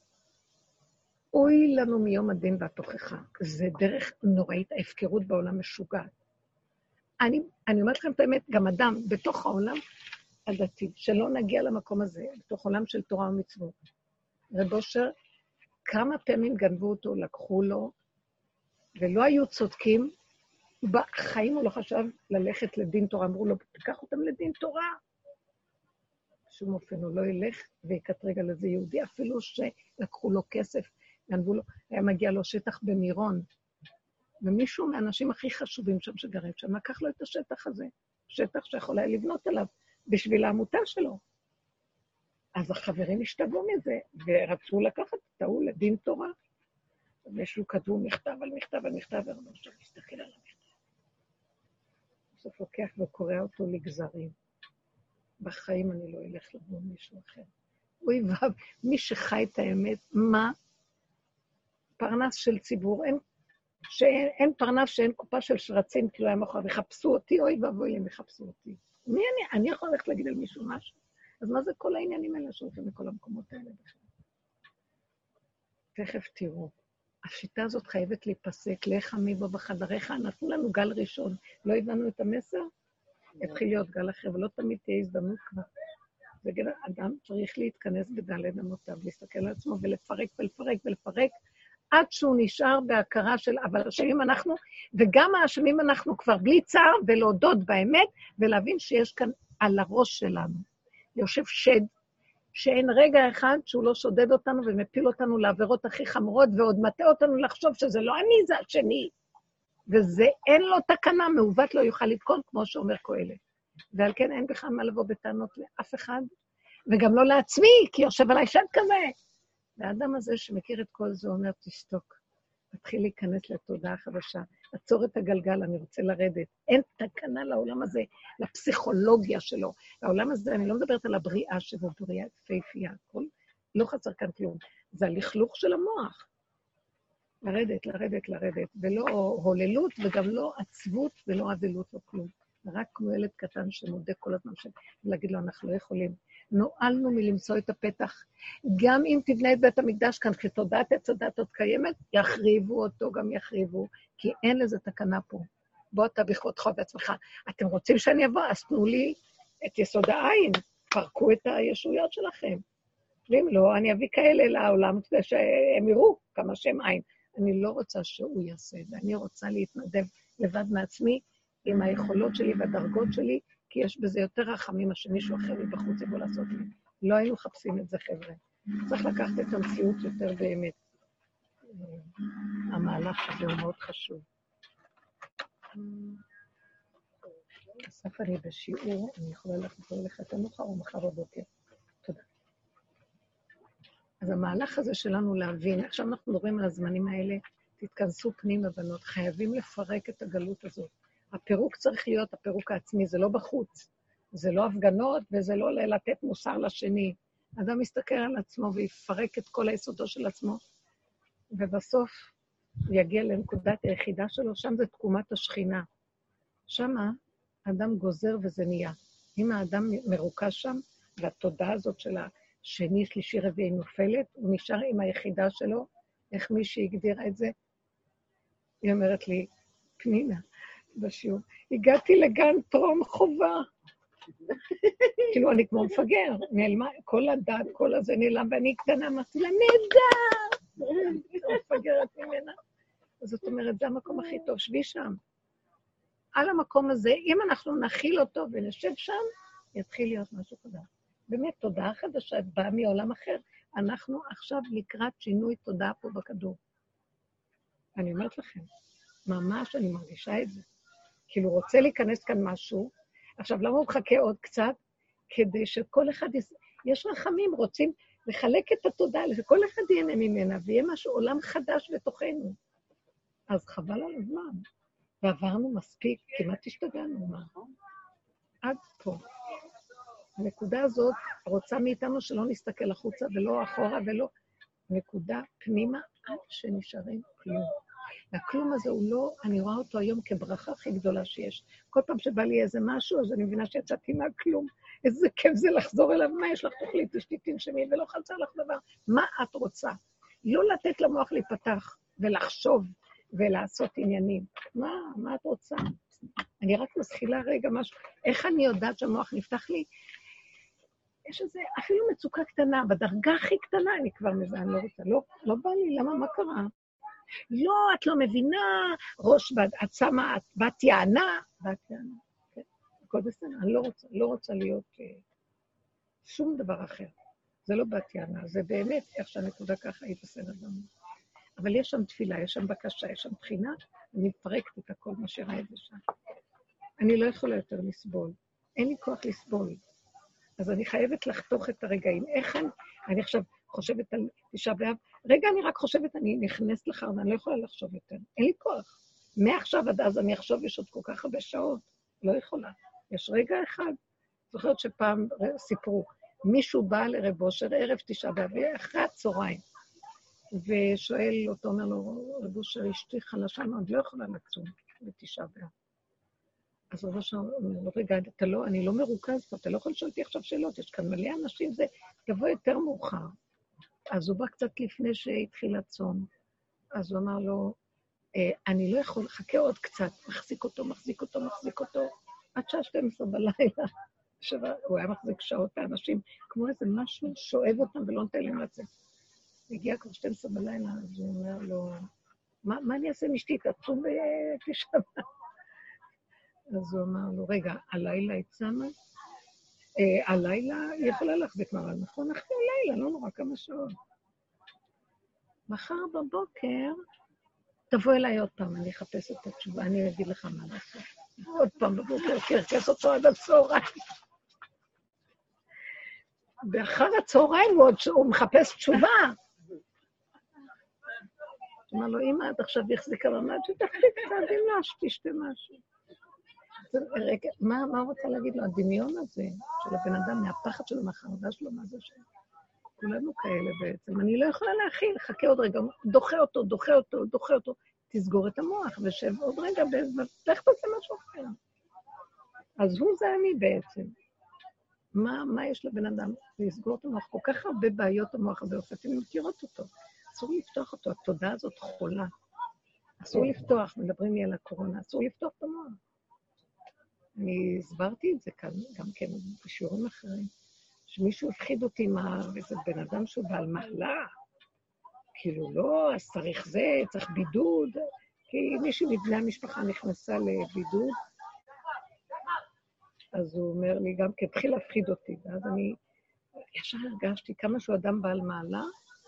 אוי לנו מיום הדין והתוכחה. זה דרך נוראית, ההפקרות בעולם משוגעת. אני, אני אומרת לכם את האמת, גם אדם בתוך העולם הדתי, שלא נגיע למקום הזה, בתוך עולם של תורה ומצוות. רב אושר, כמה פעמים גנבו אותו, לקחו לו, ולא היו צודקים, בחיים הוא לא חשב ללכת לדין תורה, אמרו לו, תיקח אותם לדין תורה. בשום אופן הוא לא ילך ויקטרג על איזה יהודי, אפילו שלקחו לו כסף, גנבו לו, היה מגיע לו שטח במירון, ומישהו מהאנשים הכי חשובים שם שגרים שם, לקח לו את השטח הזה, שטח שיכול היה לבנות עליו, בשביל העמותה שלו. אז החברים השתגעו מזה, ורצו לקחת אותו לדין תורה. ומישהו כתבו מכתב על מכתב על מכתב, ורבו עכשיו מסתכל על המכתב. בסוף לוקח וקורא אותו לגזרים. בחיים אני לא אלך לבוא מישהו אחר. אוי ואב, מי שחי את האמת, מה? פרנס של ציבור, אין, שאין, אין פרנס שאין קופה של שרצים, כאילו היה מאחור, וחפשו אותי, אוי ואבוי, הם יחפשו אותי. מי אני? אני יכול ללכת להגיד על מישהו משהו? אז מה זה כל העניינים האלה שהולכים לכל המקומות האלה בכלל? תכף תראו. השיטה הזאת חייבת להיפסק, לך עמי בו בחדריך, נתנו לנו גל ראשון, לא הבנו את המסר, התחיל להיות גל אחר, ולא תמיד תהיה הזדמנות כבר. וגם אדם צריך להתכנס בדלת אמותיו, להסתכל על עצמו ולפרק ולפרק ולפרק, עד שהוא נשאר בהכרה של, אבל אשמים אנחנו, וגם האשמים אנחנו כבר בלי צער, ולהודות באמת, ולהבין שיש כאן על הראש שלנו. יושב שד, שאין רגע אחד שהוא לא שודד אותנו ומפיל אותנו לעבירות הכי חמורות, ועוד מטה אותנו לחשוב שזה לא אני, זה השני. וזה אין לו תקנה, מעוות לא יוכל לתקון, כמו שאומר קהלת. ועל כן אין בכלל מה לבוא בטענות לאף אחד, וגם לא לעצמי, כי יושב עליי שד כזה. והאדם הזה שמכיר את כל זה אומר, תשתוק, תתחיל להיכנס לתודעה חדשה, עצור את הגלגל, אני רוצה לרדת. אין תקנה לעולם הזה, לפסיכולוגיה שלו. העולם הזה, אני לא מדברת על הבריאה שבו, בריאה פייפייה, הכל, לא חסר כאן כלום. זה הלכלוך של המוח. לרדת, לרדת, לרדת, ולא הוללות וגם לא עצבות ולא אבלות, לא כלום. רק כמו ילד קטן שמודה כל הזמן, ולהגיד לו, אנחנו לא יכולים. נועלנו מלמצוא את הפתח. גם אם תבנה את בית המקדש כאן, כשתודעת עץ הדת עוד קיימת, יחריבו אותו, גם יחריבו, כי אין לזה תקנה פה. בוא אתה בכבודך בעצמך. אתם רוצים שאני אבוא? אז תנו לי את יסוד העין, פרקו את הישויות שלכם. ואם לא, אני אביא כאלה לעולם, כדי שהם יראו כמה שהם עין. אני לא רוצה שהוא יעשה את זה, אני רוצה להתנדב לבד מעצמי, עם היכולות שלי והדרגות שלי, כי יש בזה יותר רחמים מה שמישהו אחר מבחוץ יבוא לעשות לי. לא היינו חפשים את זה, חבר'ה. צריך לקחת את המציאות יותר באמת. המהלך הזה הוא מאוד חשוב. אסף, אני בשיעור, אני יכולה לחזור לך את המאוחר או מחר בבוקר. תודה. אז המהלך הזה שלנו להבין, עכשיו אנחנו מדברים על הזמנים האלה, תתכנסו פנים הבנות, חייבים לפרק את הגלות הזאת. הפירוק צריך להיות הפירוק העצמי, זה לא בחוץ, זה לא הפגנות וזה לא לתת מוסר לשני. אדם מסתכל על עצמו ויפרק את כל היסודו של עצמו, ובסוף יגיע לנקודת היחידה שלו, שם זה תקומת השכינה. שם האדם גוזר וזה נהיה. אם האדם מרוכז שם, והתודעה הזאת של השני, שלישי, רביעי נופלת, הוא נשאר עם היחידה שלו, איך מישהי הגדירה את זה? היא אומרת לי, פנינה, בשיעור, הגעתי לגן טרום חובה. כאילו, אני כמו מפגר, נעלמה, כל הדעת, כל הזה נעלם, ואני קטנה, אמרתי לה, נהדר! מפגרת ממנה. אז זאת אומרת, זה המקום הכי טוב, שבי שם. על המקום הזה, אם אנחנו נכיל אותו ונשב שם, יתחיל להיות משהו חדש. באמת, תודעה חדשה, באה מעולם אחר. אנחנו עכשיו לקראת שינוי תודעה פה בכדור. אני אומרת לכם, ממש אני מרגישה את זה. כאילו, רוצה להיכנס כאן משהו, עכשיו, למה הוא מחכה עוד קצת? כדי שכל אחד, יש, יש רחמים, רוצים לחלק את התודעה, שכל אחד ייהנה ממנה, ויהיה משהו, עולם חדש בתוכנו. אז חבל על הזמן. ועברנו מספיק, כמעט השתגענו, מה? עד פה. הנקודה הזאת רוצה מאיתנו שלא נסתכל החוצה ולא אחורה ולא... נקודה פנימה עד שנשארים כלום. והכלום הזה הוא לא, אני רואה אותו היום כברכה הכי גדולה שיש. כל פעם שבא לי איזה משהו, אז אני מבינה שיצאתי מהכלום. איזה כיף זה לחזור אליו, מה יש לך תוכלי, תשתי תנשמי ולא חסר לך דבר. מה את רוצה? לא לתת למוח להיפתח ולחשוב ולעשות עניינים. מה, מה את רוצה? אני רק מזכילה רגע משהו. איך אני יודעת שהמוח נפתח לי? יש איזה, אפילו מצוקה קטנה, בדרגה הכי קטנה אני כבר מזה, אני לא רוצה. לא, לא בא לי, למה, מה קרה? לא, את לא מבינה, ראש בד, את שמה, את בת יענה, בת יענה. כן, הכל בסדר, אני לא רוצה, לא רוצה להיות אה, שום דבר אחר. זה לא בת יענה, זה באמת איך שהנקודה ככה היא בסדר גם. אבל יש שם תפילה, יש שם בקשה, יש שם בחינה, אני מפרקת את הכל מה שראה את זה שם. אני לא יכולה יותר לסבול, אין לי כוח לסבול. אז אני חייבת לחתוך את הרגעים. איך אני, אני עכשיו חושבת על תשעה באב, רגע אני רק חושבת, אני נכנסת לך, ואני לא יכולה לחשוב יותר. אין לי כוח. מעכשיו עד אז אני אחשוב, יש עוד כל כך הרבה שעות. לא יכולה. יש רגע אחד. זוכרת שפעם סיפרו, מישהו בא לרב אושר, ערב תשעה באב, אחרי הצהריים, ושואל אותו, אומר לו, רב אושר, אשתי חלשה מאוד, לא יכולה לצום בתשעה באב. אז רב אושר אומר לו, רגע, אתה לא, אני לא מרוכז פה, אתה לא יכול לשאול אותי עכשיו שאלות, יש כאן מלא אנשים, זה תבוא יותר מאוחר. אז הוא בא קצת לפני שהתחיל לצום. אז הוא אמר לו, אני לא יכול, חכה עוד קצת, מחזיק אותו, מחזיק אותו, מחזיק אותו, עד שעה שתים עשרה בלילה. שבה, הוא היה מחזיק שעות לאנשים, כמו איזה משהו שואב אותם ולא נותן להם לצאת. הגיע כבר שתים עשרה בלילה, אז הוא אומר לו, מה, מה אני אעשה משתי? תעצום בתשעה באב. אז הוא אמר לו, רגע, הלילה יצאמה? אה, הלילה היא יכולה להחזיק מעמד, נכון? אחרי הלילה, לא נורא כמה שעות. מחר בבוקר, תבוא אליי עוד פעם, אני אחפש את התשובה, אני אגיד לך מה לעשות. עוד פעם בבוקר, קרקס אותו עד הצהריים. באחר הצהריים הוא, הוא מחפש תשובה. אמר לו, אמא, עד עכשיו יחזיקה מעמד, שתחזיק קצת עם משהו, תשתה משהו. רגע, מה, מה רוצה להגיד לו? הדמיון הזה של הבן אדם, מהפחד שלו, מהחרדה שלו, מה זה שם? כולנו כאלה בעצם. אני לא יכולה להכיל, חכה עוד רגע, דוחה אותו, דוחה אותו, דוחה אותו, תסגור את המוח, ושב עוד רגע, לך תעשה משהו אחר. אז הוא זה אני בעצם. מה, מה יש לבן אדם? לסגור את המוח, כל כך הרבה בעיות המוח הזה עושה, אתם מכירות אותו. אסור לפתוח אותו, התודעה הזאת חולה. אסור לפתוח, מדברים לי על הקורונה, אסור לפתוח את המוח. אני הסברתי את זה כאן, גם כן בשיעורים אחרים, שמישהו הפחיד אותי מה, וזה בן אדם שהוא בעל מעלה, כאילו לא, אז צריך זה, צריך בידוד, כי מישהו מבני המשפחה נכנסה לבידוד, אז הוא אומר לי גם כן, התחיל להפחיד אותי, ואז אני ישר הרגשתי כמה שהוא אדם בעל מעלה,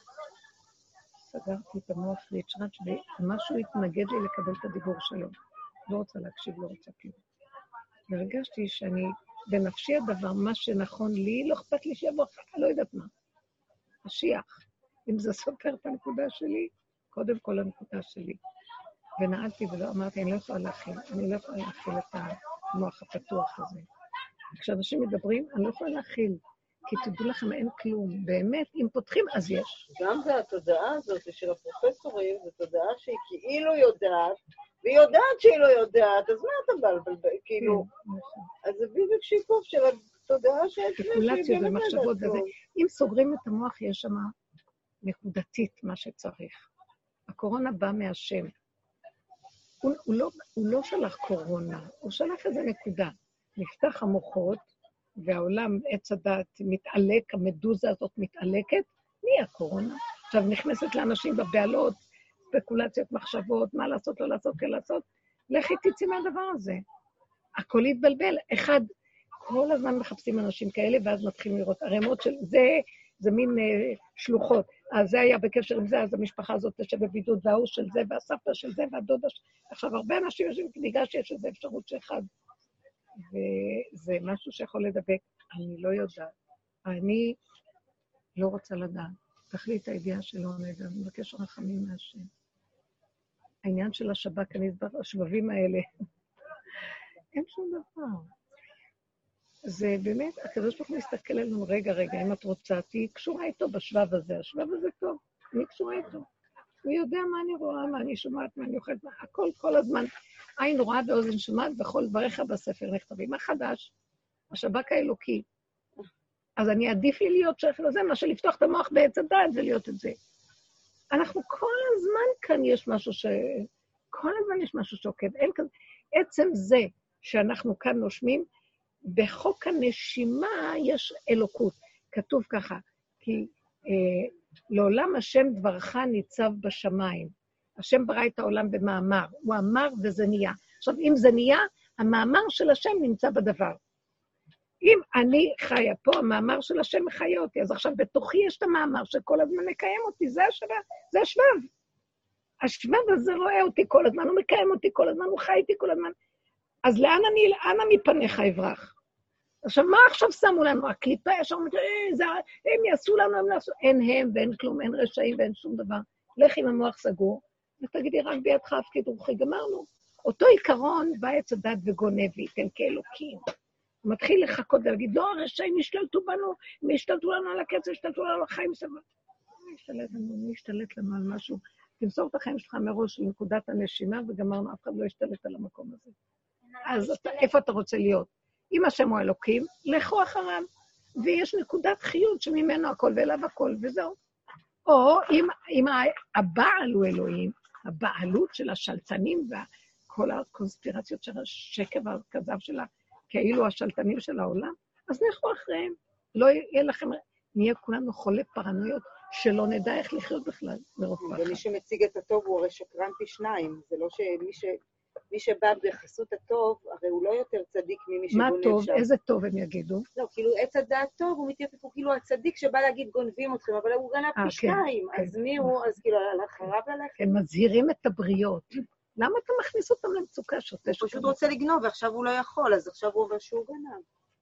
סגרתי את המוח ליצ'רץ' ומשהו התנגד לי לקבל את הדיבור שלו, לא רוצה להקשיב, לא רוצה כלום. והרגשתי שאני, בנפשי הדבר, מה שנכון לי, לא אכפת לי שיבוא, לא יודעת מה. השיח. אם זה סופר את הנקודה שלי, קודם כל הנקודה שלי. ונעלתי ולא אמרתי, אני לא יכולה להכיל, אני לא יכולה להכיל את המוח הפתוח הזה. כשאנשים מדברים, אני לא יכולה להכיל. כי תדעו לכם, אין כלום. באמת, אם פותחים, אז יש. גם זה התודעה הזאת של הפרופסורים, זו תודעה שהיא כאילו יודעת, והיא יודעת שהיא לא יודעת, אז מה אתה בלבל? כאילו, אז זה בדיוק שיקוף של התודעה שיש לי, ספקולציות ומחשבות וזה. אם סוגרים את המוח, יש שם נקודתית מה שצריך. הקורונה באה מהשם. הוא, הוא, לא, הוא לא שלח קורונה, הוא שלח איזה נקודה. נפתח המוחות, והעולם, עץ הדת, מתעלק, המדוזה הזאת מתעלקת, מי הקורונה? עכשיו נכנסת לאנשים בבעלות, ספקולציות, מחשבות, מה לעשות, לא לעשות, כן לעשות, לכי תצאי מהדבר הזה. הכל יתבלבל. אחד, כל הזמן מחפשים אנשים כאלה, ואז מתחילים לראות הרמות של זה, זה מין אה, שלוחות. אז זה היה בקשר עם זה, אז המשפחה הזאת תשב בבידוד, וההוא של זה, והסבתא של זה, והדודה של... עכשיו, הרבה אנשים יושבים, בגלל שיש איזו אפשרות שאחד, וזה משהו שיכול לדבק. אני לא יודעת. אני לא רוצה לדעת. תחליט הידיעה שלא נדע, אני מבקש רחמים מהשם. העניין של השב"כ, אני אסבר, השבבים האלה, אין שום דבר. זה באמת, הקדוש ברוך הוא מסתכל עלינו, רגע, רגע, אם את רוצה, תהיי קשורה איתו בשבב הזה, השבב הזה טוב, אני קשורה איתו. הוא יודע מה אני רואה, מה אני שומעת, מה אני אוכלת, הכל כל הזמן, עין רואה ואוזן שומעת, וכל דבריך בספר נכתבים. מה חדש? השב"כ האלוקי. אז אני עדיף לי להיות שייך לזה, מה שלפתוח את המוח בעץ הדעת ולהיות את זה. אנחנו כל הזמן כאן יש משהו ש... כל הזמן יש משהו שעוקב. אין כאן... עצם זה שאנחנו כאן נושמים, בחוק הנשימה יש אלוקות. כתוב ככה, כי אה, לעולם השם דברך ניצב בשמיים. השם ברא את העולם במאמר. הוא אמר וזה נהיה. עכשיו, אם זה נהיה, המאמר של השם נמצא בדבר. אם אני חיה פה, המאמר של השם מחיה אותי, אז עכשיו בתוכי יש את המאמר שכל הזמן מקיים אותי, זה השבב, זה השבב. השבב הזה רואה אותי כל הזמן, הוא מקיים אותי כל הזמן, הוא חי איתי כל הזמן. אז לאן אני, לאן מפניך אברח? עכשיו, מה עכשיו שמו לנו? הקליפה ישר אומרת, אה, זה, הם יעשו לנו, הם יעשו, אין הם ואין כלום, אין רשעים ואין שום דבר. לך עם המוח סגור, ותגידי, רק בידך הפקיד רוחי, גמרנו. אותו עיקרון בא עץ הדת וגונב וייתן כאלוקים. הוא מתחיל לחכות ולהגיד, לא, הרשעים השתלטו בנו, הם השתלטו לנו על הקץ, השתלטו לנו על החיים סבבה. מי השתלט לנו, מי השתלט לנו על משהו? תמסור את החיים שלך מראש לנקודת הנשימה, וגמרנו, אף אחד לא השתלט על המקום הזה. אז אתה, איפה אתה רוצה להיות? אם השם הוא אלוקים, לכו אחריו, ויש נקודת חיות שממנו הכל ואליו הכל, וזהו. או אם, אם הבעל הוא אלוהים, הבעלות של השלטנים וכל הקונספירציות של השקר והכזב שלה, כאילו השלטנים של העולם, אז לכו אחריהם. לא יהיה לכם, נהיה כולנו חולי פרנויות, שלא נדע איך לחיות בכלל, מרוב פחד. ומי שמציג את הטוב הוא הרי שקרן פי שניים, זה לא שמי ש... מי שבא בחסות הטוב, הרי הוא לא יותר צדיק ממי שגונב שם. מה טוב? איזה טוב הם יגידו? לא, כאילו עץ הדעת טוב, הוא מתייפף, הוא כאילו הצדיק שבא להגיד גונבים אתכם, אבל הוא גנב פי שניים, אז מי הוא? אז כאילו, אחריו ללכת? הם מזהירים את הבריות. למה אתה מכניס אותם למצוקה שוטה? הוא פשוט רוצה לגנוב, ועכשיו הוא לא יכול, אז עכשיו הוא אומר שהוא גנב.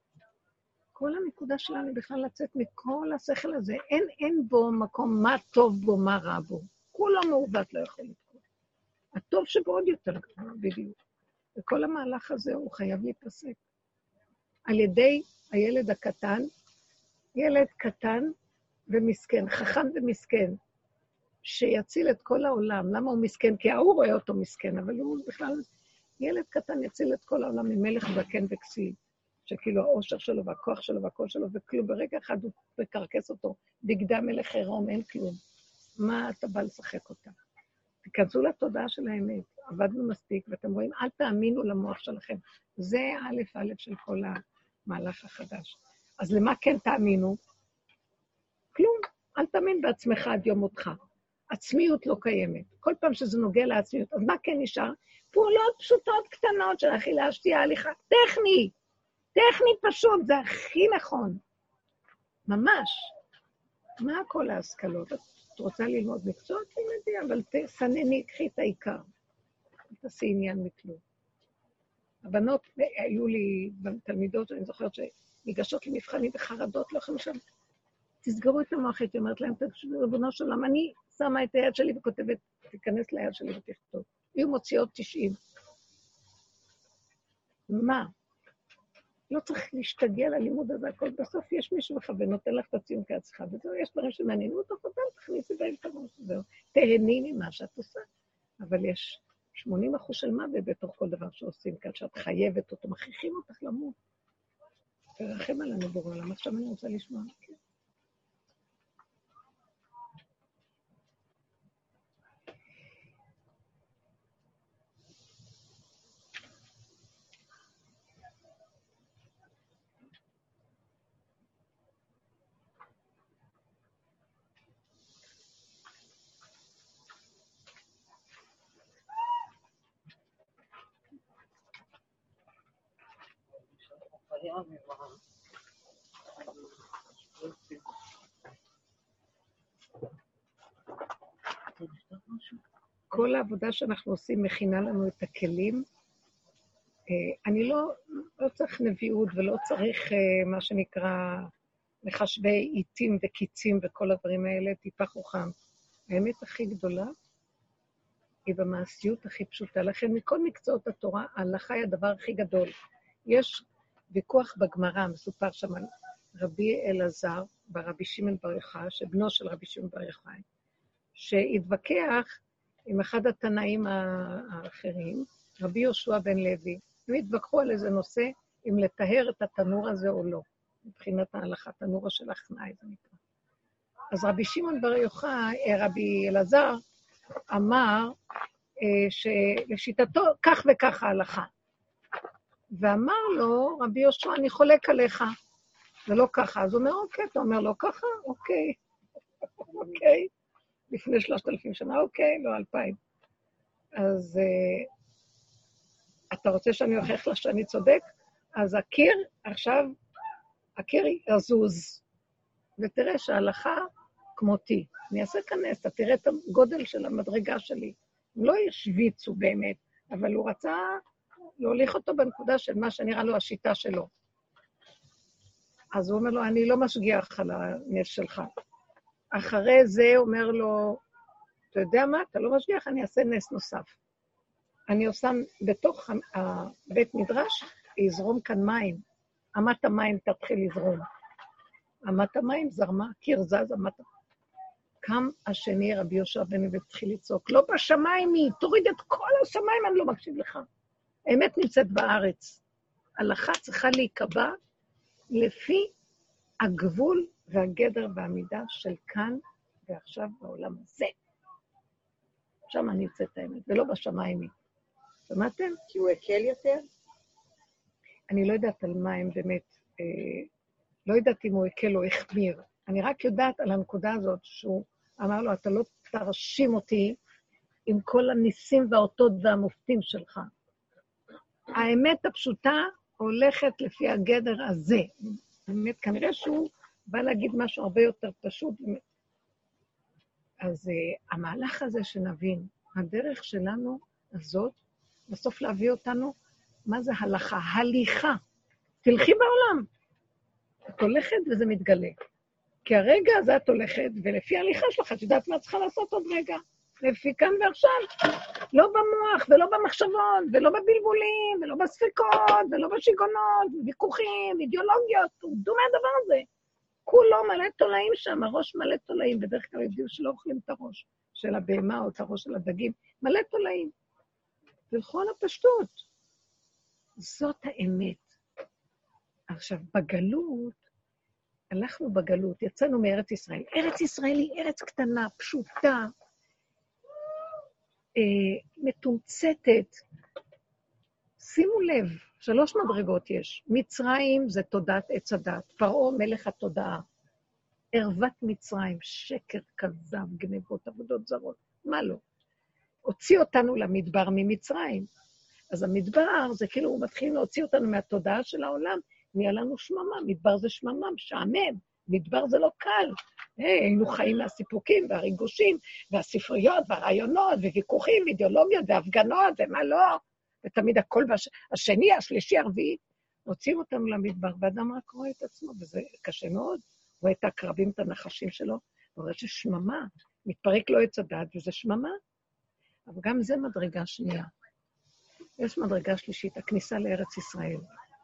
כל הנקודה שלנו בכלל לצאת מכל השכל הזה, אין, אין בו מקום מה טוב בו, מה רע בו. כולו מעוות לא יכול לקרות. הטוב שבו עוד יותר בדיוק. וכל המהלך הזה הוא חייב להיפסק. על ידי הילד הקטן, ילד קטן ומסכן, חכם ומסכן, שיציל את כל העולם. למה הוא מסכן? כי ההוא רואה אותו מסכן, אבל הוא בכלל, ילד קטן יציל את כל העולם ממלך זקן וכסיל, שכאילו האושר שלו והכוח שלו והכל שלו, וכלום ברגע אחד הוא מקרקס אותו, בגדי המלך עירום, אין כלום. מה אתה בא לשחק אותה? תיכנסו לתודעה של האמת, עבדנו מספיק, ואתם רואים, אל תאמינו למוח שלכם. זה א' א' של כל המהלך החדש. אז למה כן תאמינו? כלום, אל תאמין בעצמך עד יום מותך. עצמיות לא קיימת. כל פעם שזה נוגע לעצמיות, אז מה כן נשאר? פעולות פשוטות קטנות של אכילה, שתייה, הליכה, טכני. טכני פשוט, זה הכי נכון. ממש. מה כל ההשכלות? את רוצה ללמוד מקצוע? תלמדי, אבל תסנני, קחי את העיקר. אל תעשי עניין מכלום. הבנות, היו לי תלמידות, אני זוכרת שניגשות למבחנים וחרדות, לא יכולים שם, תסגרו את המוח, הייתי אומרת להם, ריבונו של עולם, אני שמה את היד שלי וכותבת, תיכנס ליד שלי ותכתוב. היו מוציאות תשעים. מה? לא צריך להשתגע ללימוד הזה, הכל בסוף יש מישהו מכוון, נותן לך את הציון כעצמך, וזהו, יש דברים שמעניינים אותך, אותם תכניסי בהם את הראש, זהו. תהני ממה שאת עושה, אבל יש שמונים אחוז של מוות בתוך כל דבר שעושים כאן, שאת חייבת אותו, מכריחים אותך למות. תרחם עלינו בורא עולם, עכשיו אני רוצה לשמוע. כל העבודה שאנחנו עושים מכינה לנו את הכלים. אני לא, לא צריך נביאות ולא צריך מה שנקרא מחשבי עיתים וקיצים וכל הדברים האלה, טיפה חוכם. האמת הכי גדולה היא במעשיות הכי פשוטה. לכן מכל מקצועות התורה, ההלכה היא הדבר הכי גדול. יש ויכוח בגמרא, מסופר שם על רבי אלעזר ברבי שמעון בר יוחאי, שבנו של רבי שמעון בר יוחאי, שהתווכח עם אחד התנאים האחרים, רבי יהושע בן לוי. הם התווכחו על איזה נושא, אם לטהר את התנור הזה או לא, מבחינת ההלכה, תנורה של הכנאי, זה נקרא. אז רבי שמעון בר יוחאי, רבי אלעזר, אמר שלשיטתו כך וכך ההלכה. ואמר לו, רבי יהושע, אני חולק עליך. זה לא ככה. אז הוא אומר, אוקיי, אתה אומר לא ככה? אוקיי. אוקיי. לפני שלושת אלפים שנה, אוקיי, לא אלפיים. אז uh, אתה רוצה שאני אוכיח לך שאני צודק? אז הקיר, עכשיו, הקיר יזוז. ותראה שההלכה כמותי. אני אעשה כנס, אתה תראה את הגודל של המדרגה שלי. הם לא ישוויצו באמת, אבל הוא רצה להוליך אותו בנקודה של מה שנראה לו השיטה שלו. אז הוא אומר לו, אני לא משגיח על הנס שלך. אחרי זה הוא אומר לו, אתה יודע מה? אתה לא משגיח, אני אעשה נס נוסף. אני עושה בתוך הבית מדרש, יזרום כאן מים. אמת המים תתחיל לזרום. אמת המים זרמה, קיר זז, אמת המים. קם השני, רבי יהושע בן לוי, התחיל לצעוק, לא בשמיים היא, תוריד את כל השמיים, אני לא מקשיב לך. האמת נמצאת בארץ. הלכה צריכה להיקבע לפי הגבול והגדר והמידה של כאן ועכשיו בעולם הזה. שם אני נמצאת האמת, ולא בשמיים היא. שמעתם? כי הוא הקל יותר? אני לא יודעת על מה הם באמת, אה, לא יודעת אם הוא הקל או החמיר. אני רק יודעת על הנקודה הזאת שהוא אמר לו, אתה לא תרשים אותי עם כל הניסים והאותות והמופתים שלך. האמת הפשוטה הולכת לפי הגדר הזה. באמת, כנראה שהוא בא להגיד משהו הרבה יותר פשוט. אז uh, המהלך הזה שנבין, הדרך שלנו הזאת, בסוף להביא אותנו, מה זה הלכה? הליכה. תלכי בעולם. את הולכת וזה מתגלה. כי הרגע הזה את הולכת, ולפי ההליכה שלך, את יודעת מה צריכה לעשות עוד רגע. לפי כאן ועכשיו. לא במוח, ולא במחשבות, ולא בבלבולים, ולא בספקות, ולא בשיגונות, ויכוחים, אידיאולוגיות, תורדו מהדבר הזה. כולו מלא תולעים שם, הראש מלא תולעים, בדרך כלל יודעים שלא אוכלים את הראש של הבהמה או את הראש של הדגים, מלא תולעים. ולכל הפשטות. זאת האמת. עכשיו, בגלות, הלכנו בגלות, יצאנו מארץ ישראל. ארץ ישראל היא ארץ קטנה, פשוטה, אה, מתומצתת. שימו לב, שלוש מדרגות יש. מצרים זה תודעת עץ הדת, פרעה מלך התודעה. ערוות מצרים, שקר, כזב, גנבות, עבודות זרות. מה לא? הוציא אותנו למדבר ממצרים. אז המדבר זה כאילו הוא מתחיל להוציא אותנו מהתודעה של העולם, נהיה לנו שממה, מדבר זה שממה, משעמם, מדבר זה לא קל. Hey, היינו חיים מהסיפוקים והריגושים, והספריות והרעיונות, וויכוחים, ואידיאולוגיות, והפגנות, ומה לא. ותמיד הכל בש... השני, השלישי, הרביעי, הוציאים אותנו למדבר, ואדם רק רואה את עצמו, וזה קשה מאוד. רואה את הקרבים, את הנחשים שלו, ורואה ששממה, מתפרק לו עץ הדת, וזה שממה. אבל גם זה מדרגה שנייה. יש מדרגה שלישית, הכניסה לארץ ישראל.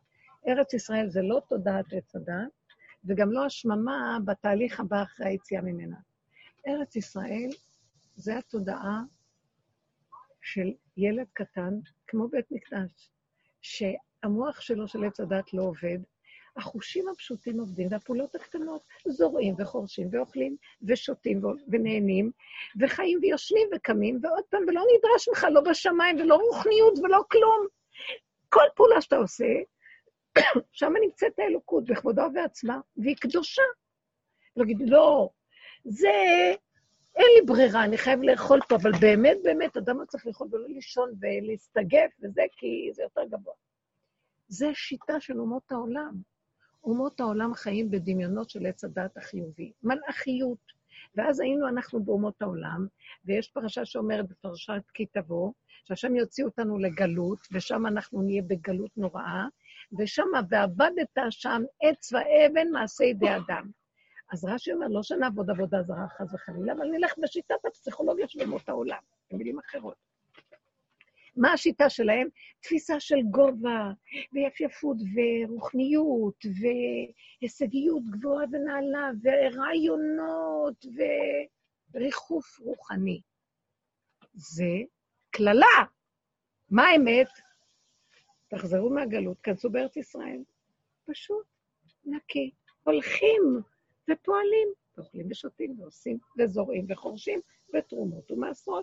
ארץ ישראל זה לא תודעת עץ הדת, וגם לא השממה בתהליך הבא אחרי היציאה ממנה. ארץ ישראל זה התודעה של ילד קטן, כמו בית מקדש, שהמוח שלו של עץ הדת לא עובד, החושים הפשוטים עובדים, והפעולות הקטנות זורעים וחורשים ואוכלים ושותים ונהנים, וחיים ויושבים וקמים, ועוד פעם, ולא נדרש לך לא בשמיים ולא רוחניות ולא כלום. כל פעולה שאתה עושה, שם נמצאת האלוקות בכבודה ובעצמה, והיא קדושה. ולהגיד, לא, זה, אין לי ברירה, אני חייב לאכול פה, אבל באמת, באמת, אדם לא צריך לאכול ולא לישון ולהסתגף וזה, כי זה יותר גבוה. זה שיטה של אומות העולם. אומות העולם חיים בדמיונות של עץ הדת החיובי, מלאכיות. ואז היינו אנחנו באומות העולם, ויש פרשה שאומרת בפרשת כי תבוא, שהשם יוציא אותנו לגלות, ושם אנחנו נהיה בגלות נוראה, ושם ועבדת שם עץ ואבן מעשה ידי אדם. אז רש"י אומר, לא שנעבוד עבודה זרה חס וחלילה, אבל נלך בשיטת הפסיכולוגיה של אומות העולם, במילים אחרות. מה השיטה שלהם? תפיסה של גובה, ויפייפות, ורוחניות, והישגיות גבוהה ונעלה, ורעיונות, וריחוף רוחני. זה כללה. מה האמת? תחזרו מהגלות, כנסו בארץ ישראל. פשוט, נקי. הולכים ופועלים, ואוכלים ושותים, ועושים, וזורעים, וחורשים, ותרומות ומעשרות.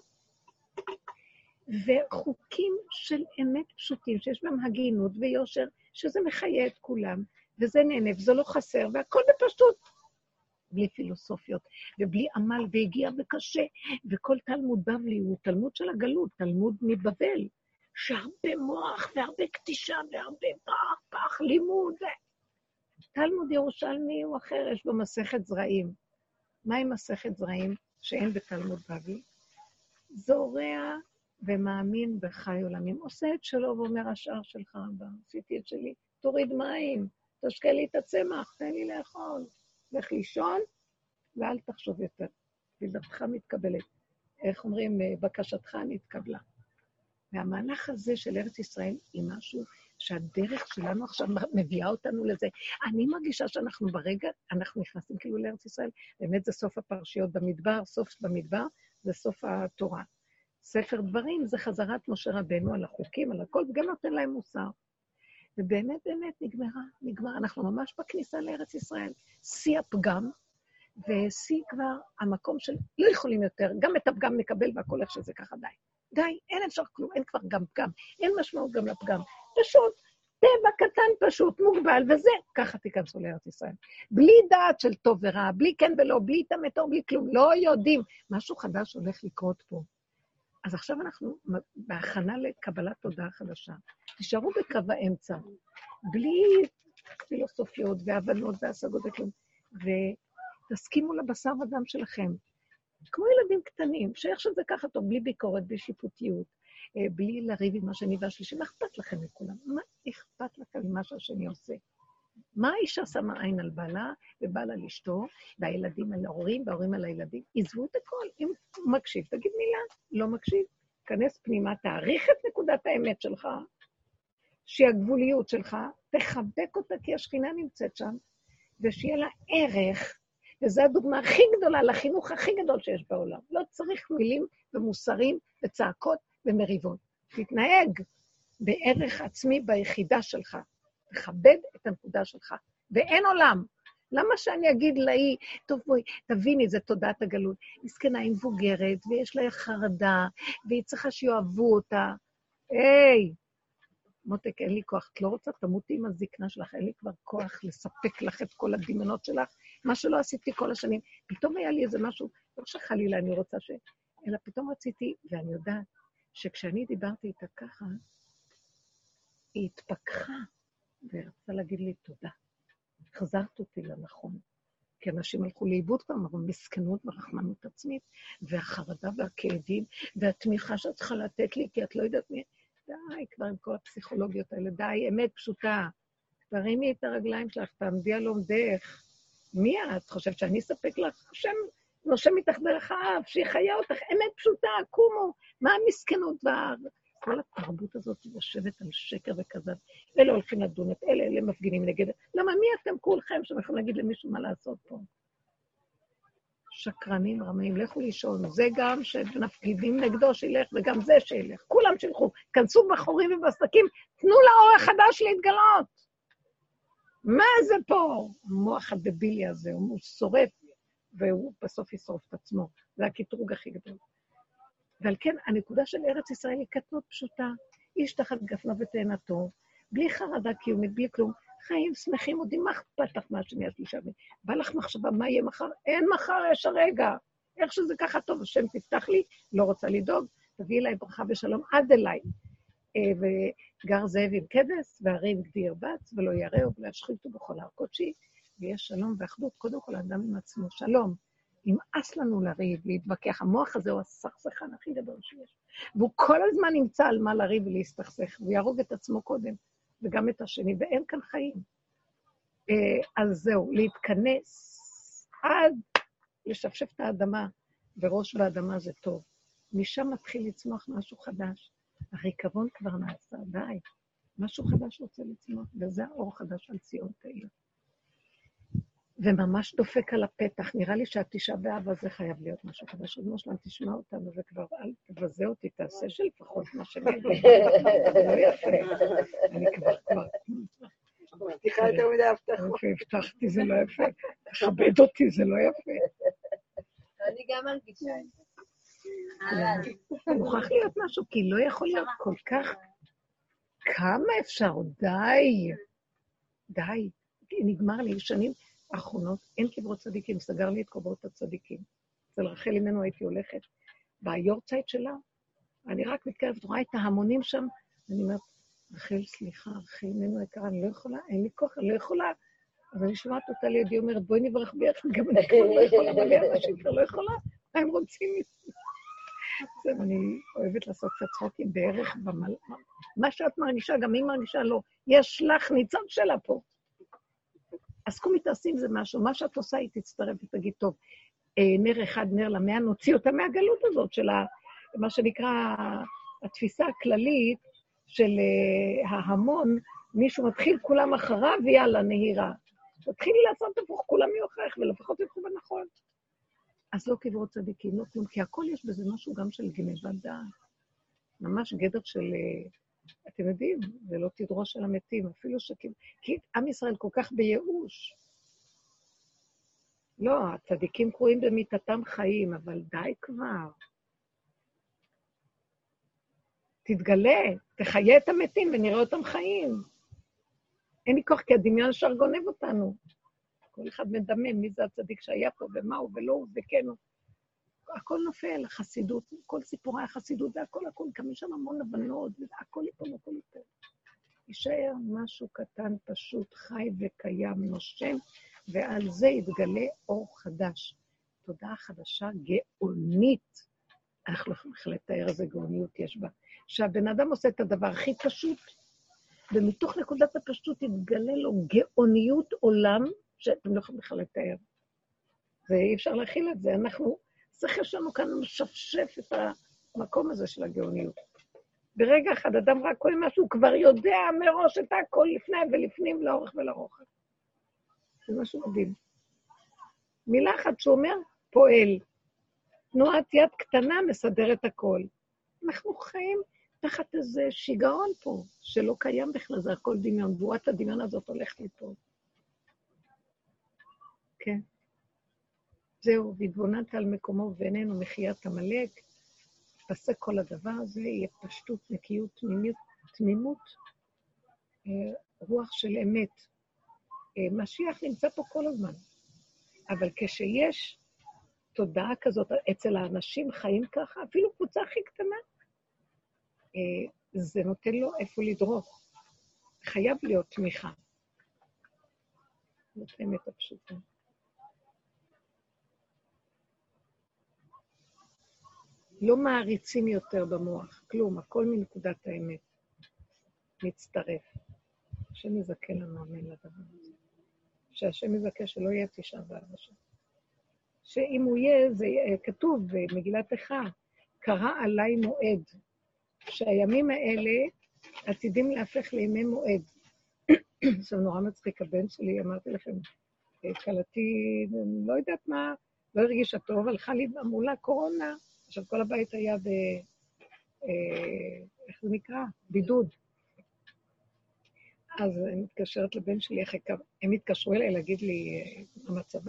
וחוקים של אמת פשוטים, שיש בהם הגינות ויושר, שזה מחיה את כולם, וזה נהנה, וזה לא חסר, והכל בפשוט. בלי פילוסופיות, ובלי עמל, והגיע וקשה, וכל תלמוד בבלי הוא תלמוד של הגלות, תלמוד מבבל, שהרבה מוח, והרבה קטישה, והרבה פח, פח, לימוד. תלמוד ירושלמי הוא אחר, יש בו מסכת זרעים. מה עם מסכת זרעים שאין בתלמוד בבלי? זורע ומאמין בחי עולמים. עושה את שלו ואומר, השאר שלך, עשיתי את שלי, תוריד מים, תשקה לי את הצמח, תן לי לאכול. לך לישון, ואל תחשוב יותר. תפילתך מתקבלת. איך אומרים, בקשתך נתקבלה. והמהלך הזה של ארץ ישראל היא משהו שהדרך שלנו עכשיו מביאה אותנו לזה. אני מרגישה שאנחנו ברגע, אנחנו נכנסים כאילו לארץ ישראל, באמת זה סוף הפרשיות במדבר, סוף במדבר זה סוף התורה. ספר דברים זה חזרת משה רבנו על החוקים, על הכל, וגם נותן להם מוסר. ובאמת, באמת נגמרה, נגמר. אנחנו ממש בכניסה לארץ ישראל. שיא הפגם, ושיא כבר המקום של לא יכולים יותר, גם את הפגם נקבל והכל איך שזה ככה די. די, אין אפשר כלום, אין כבר גם פגם, אין משמעות גם לפגם. פשוט, טבע קטן פשוט, מוגבל, וזה, ככה תיכנסו לארץ ישראל. בלי דעת של טוב ורע, בלי כן ולא, בלי תמתור, בלי כלום, לא יודעים. משהו חדש הולך לקרות פה. אז עכשיו אנחנו בהכנה לקבלת תודעה חדשה. תשארו בקו האמצע, בלי פילוסופיות והבנות והשגות וכלום, ותסכימו לבשר ודם שלכם. כמו ילדים קטנים, שאיך שזה ככה טוב, בלי ביקורת, בלי שיפוטיות, בלי לריב עם השני והשלישי, מה אכפת לכם מכולם? מה אכפת לכם ממה שהשני עושה? מה האישה שמה עין על בעלה, ובעלה על אשתו, והילדים על ההורים, וההורים על הילדים? עזבו את הכל. אם הוא מקשיב, תגיד מילה. לא מקשיב, כנס פנימה, תאריך את נקודת האמת שלך, שהיא הגבוליות שלך, תחבק אותה, כי השכינה נמצאת שם, ושיהיה לה ערך, וזו הדוגמה הכי גדולה, לחינוך הכי גדול שיש בעולם. לא צריך מילים ומוסרים וצעקות ומריבות. תתנהג בערך עצמי ביחידה שלך. תכבד את הנקודה שלך. ואין עולם. למה שאני אגיד להיא, טוב בואי, תביני, זה תודעת הגלות. מסכנה, היא מבוגרת, ויש לה חרדה, והיא צריכה שיאהבו אותה. היי, מותק, אין לי כוח. את לא רוצה, תמותי עם הזקנה שלך, אין לי כבר כוח לספק לך את כל הדמיונות שלך. מה שלא עשיתי כל השנים. פתאום היה לי איזה משהו, לא שחלילה אני רוצה ש... אלא פתאום רציתי, ואני יודעת שכשאני דיברתי איתה ככה, היא התפכחה, ורצה להגיד לי תודה. חזרת אותי לנכון. כי אנשים הלכו לאיבוד כבר, אבל מסכנות ורחמנות עצמית, והחרדה והכאבים, והתמיכה שאת צריכה לתת לי, כי את לא יודעת מי... די, כבר עם כל הפסיכולוגיות האלה, די, אמת פשוטה. תרימי את הרגליים שלך, תעמדי על עומדך. מי את? חושבת שאני אספק לך? השם נושם מתחת דרך האף, שיחיה אותך, אמת פשוטה, קומו. מה המסכנות כל התרבות הזאת יושבת על שקר וכזב. אלה הולכים לדון את אלה, אלה מפגינים נגד. למה מי אתם כולכם שיכולים להגיד למישהו מה לעשות פה? שקרנים, רמאים, לכו לישון. זה גם שמפגינים נגדו שילך, וגם זה שילך. כולם שילכו. כנסו בחורים ובסדקים, תנו לאור החדש להתגלות. מה זה פה? המוח הדבילי הזה, הוא שורף, והוא בסוף ישרוף את עצמו. זה הקטרוג הכי גדול. ועל כן, הנקודה של ארץ ישראל היא קטנות פשוטה. איש תחת גפנו ותאנתו, בלי חרדה קיומית, בלי כלום. חיים שמחים, יודעים מה אכפת לך מה השני השלישה. בא לך מחשבה, מה יהיה מחר? אין מחר, יש הרגע. איך שזה ככה טוב, השם תפתח לי, לא רוצה לדאוג, תביא אליי ברכה ושלום עד אליי. וגר זאב עם כבש, והרים גדי ירבץ, ולא יראו, ולהשחיתו בכל הר קודשי, ויש שלום ואחדות, קודם כל האדם עם עצמו. שלום. נמאס לנו לריב, להתווכח. המוח הזה הוא הסכסכן הכי גדול שיש. והוא כל הזמן נמצא על מה לריב ולהסתכסך, ויהרוג את עצמו קודם, וגם את השני, ואין כאן חיים. אז זהו, להתכנס עד לשפשף את האדמה, וראש באדמה זה טוב. משם מתחיל לצמוח משהו חדש. הריקבון כבר נעשה, די. משהו חדש רוצה לצמוח, וזה האור חדש על ציון תאיר. וממש דופק על הפתח. נראה לי שהתשעה באב הזה חייב להיות משהו חדש. עוד מושלם, תשמע אותנו, וכבר אל תבזה אותי, תעשה שלפחות מה שאני אגיד. זה לא יפה. אני כבר, כבר... מבטיחה יותר מדי הבטחות. הבטחתי, זה לא יפה. תכבד אותי, זה לא יפה. אני גם מרגישה את זה. מוכרח להיות משהו, כי לא יכול להיות כל כך... כמה אפשר? די. די. נגמר לי שנים האחרונות, אין קברות צדיקים, סגר לי את קברות הצדיקים. אצל רחל ממנו הייתי הולכת. ביורצייט שלה, אני רק מתקרבת, רואה את ההמונים שם, אני אומרת, רחל, סליחה, רחל ממנו יקרה, אני לא יכולה, אין לי כוח, אני לא יכולה. אז אני שומעת אותה לידי, אומרת, בואי נברך ביחד, גם אני כבר לא יכולה, אבל ליד אנשים כבר לא יכולה, מה הם רוצים מזה? זהו, אני אוהבת לעשות קצת צחוקים בערך במל... מה שאת מרגישה, גם היא מרגישה לא. יש לך ניצון שלה פה. אז קומי תעשי עם זה משהו, מה שאת עושה היא תצטרף ותגיד, טוב, נר אחד, נר למאה, נוציא אותה מהגלות הזאת של מה שנקרא התפיסה הכללית של ההמון, מישהו מתחיל כולם אחריו ויאללה, נהירה. תתחילי לעשות הפוך, כולם יהיו אחריך ולפחות ילכו בנכון. אז לא קברות צדיקים, לא כלום, כי הכל יש בזה משהו גם של גנבת דעת. ממש גדר של... אתם יודעים, זה לא תדרוש על המתים, אפילו שכאילו, כי עם ישראל כל כך בייאוש. לא, הצדיקים קרואים במיטתם חיים, אבל די כבר. תתגלה, תחיה את המתים ונראה אותם חיים. אין לי כוח, כי הדמיון שר גונב אותנו. כל אחד מדמם מי זה הצדיק שהיה פה, ומה הוא ולא הוא וכן הוא. הכל נופל, החסידות, כל סיפורי החסידות, זה הכל, הכל, כמה שם המון הבנות, הכל יפול, הכל יפול. יישאר משהו קטן, פשוט, חי וקיים, נושם, ועל זה יתגלה אור חדש. תודעה חדשה גאונית. אנחנו לא יכולים לתאר איזה גאוניות יש בה. שהבן אדם עושה את הדבר הכי פשוט, ומתוך נקודת הפשוט יתגלה לו גאוניות עולם, שאתם לא יכולים לתאר. ואי אפשר להכיל את זה. אנחנו... צריך שלנו כאן משפשף את המקום הזה של הגאוניות. ברגע אחד, אדם רק כל משהו, הוא כבר יודע מראש את הכל לפני ולפנים, לאורך ולרוחב. זה משהו מדהים. מילה אחת שאומר, פועל. תנועת יד קטנה מסדרת הכל. אנחנו חיים תחת איזה שיגעון פה, שלא קיים בכלל, זה הכל דמיון. בועת הדמיון הזאת הולכת לפה. כן. זהו, והתבוננת על מקומו ואיננו מחיית המלאק, פסק כל הדבר הזה, יהיה פשטות, נקיות, תמימות, תמימות, רוח של אמת. משיח נמצא פה כל הזמן, אבל כשיש תודעה כזאת, אצל האנשים חיים ככה, אפילו קבוצה הכי קטנה, זה נותן לו איפה לדרוך. חייב להיות תמיכה. זאת אמת הפשוטה. לא מעריצים יותר במוח, כלום, הכל מנקודת האמת. מצטרף. השם יזכה לנו אמן לדבר הזה. שהשם יזכה שלא יהיה תשעה באב השם. שאם הוא יהיה, זה כתוב במגילת איכה, קרא עליי מועד. שהימים האלה עתידים להפך לימי מועד. זה נורא מצחיק, הבן שלי, אמרתי לכם, קלתי, לא יודעת מה, לא הרגישה טוב, הלכה לי, אמרו לה קורונה, עכשיו כל הבית היה ב... איך זה נקרא? בידוד. אז אני מתקשרת לבן שלי, הם התקשרו אליי להגיד לי המצבה,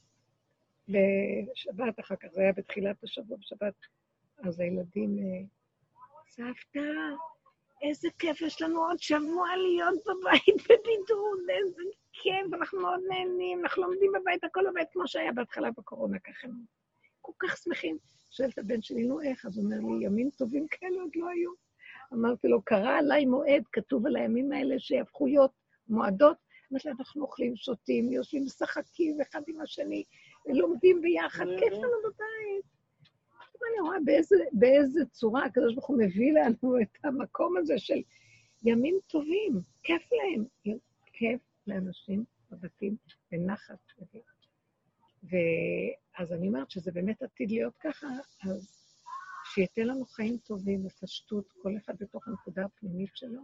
בשבת אחר כך, זה היה בתחילת השבוע, בשבת, אז הילדים, סבתא, איזה כיף, יש לנו עוד שבוע להיות בבית בבידוד, איזה כיף, אנחנו מאוד נהנים, אנחנו לומדים בבית, הכל בבית כמו שהיה בהתחלה בקורונה, ככה הם כל כך שמחים. שואל את הבן שלי, נו איך? אז הוא אומר לי, ימים טובים כאלה עוד לא היו. אמרתי לו, קרא עליי מועד, כתוב על הימים האלה שיהפכו להיות מועדות, אמרתי, אנחנו אוכלים, שותים, יושבים, משחקים אחד עם השני, לומדים ביחד, כיף לנו בבית. אני רואה באיזה, באיזה צורה הקדוש ברוך הוא מביא לנו את המקום הזה של ימים טובים, כיף להם, כיף לאנשים בבתים בנחת. ואז אני אומרת שזה באמת עתיד להיות ככה, אז שייתן לנו חיים טובים ופשטות, כל אחד בתוך הנקודה הפנימית שלו,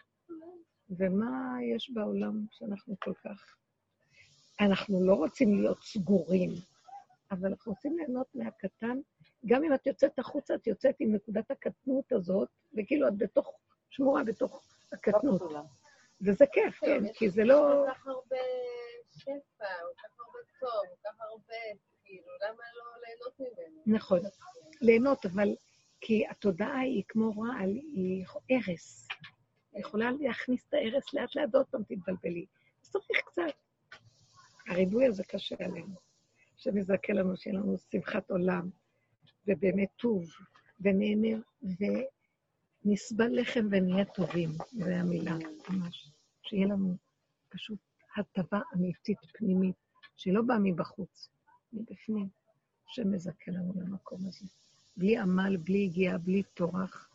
ומה יש בעולם שאנחנו כל כך... אנחנו לא רוצים להיות סגורים, אבל אנחנו רוצים ליהנות מהקטן, גם אם את יוצאת החוצה, את יוצאת עם נקודת הקטנות הזאת, וכאילו את בתוך, שמורה בתוך הקטנות. וזה כיף, כן, כי זה לא... כל כך הרבה שפע, כל כך הרבה טוב, כל כך הרבה, כאילו, למה לא ליהנות ממנו? נכון, ליהנות, אבל כי התודעה היא כמו רעל, היא ערס. היא יכולה להכניס את הערס לאט לאט, עוד פעם תתבלבלי. אז צריך קצת. הריבוי הזה קשה עלינו. שמזכה לנו, שיהיה לנו שמחת עולם, ובאמת טוב, ונהנה, ונסבל לחם ונהיה טובים. זו המילה, ממש. שיהיה לנו פשוט הטבה אמיתית פנימית, שלא באה מבחוץ, מבפנים, שמזכה לנו למקום הזה. בלי עמל, בלי הגיעה, בלי תורח.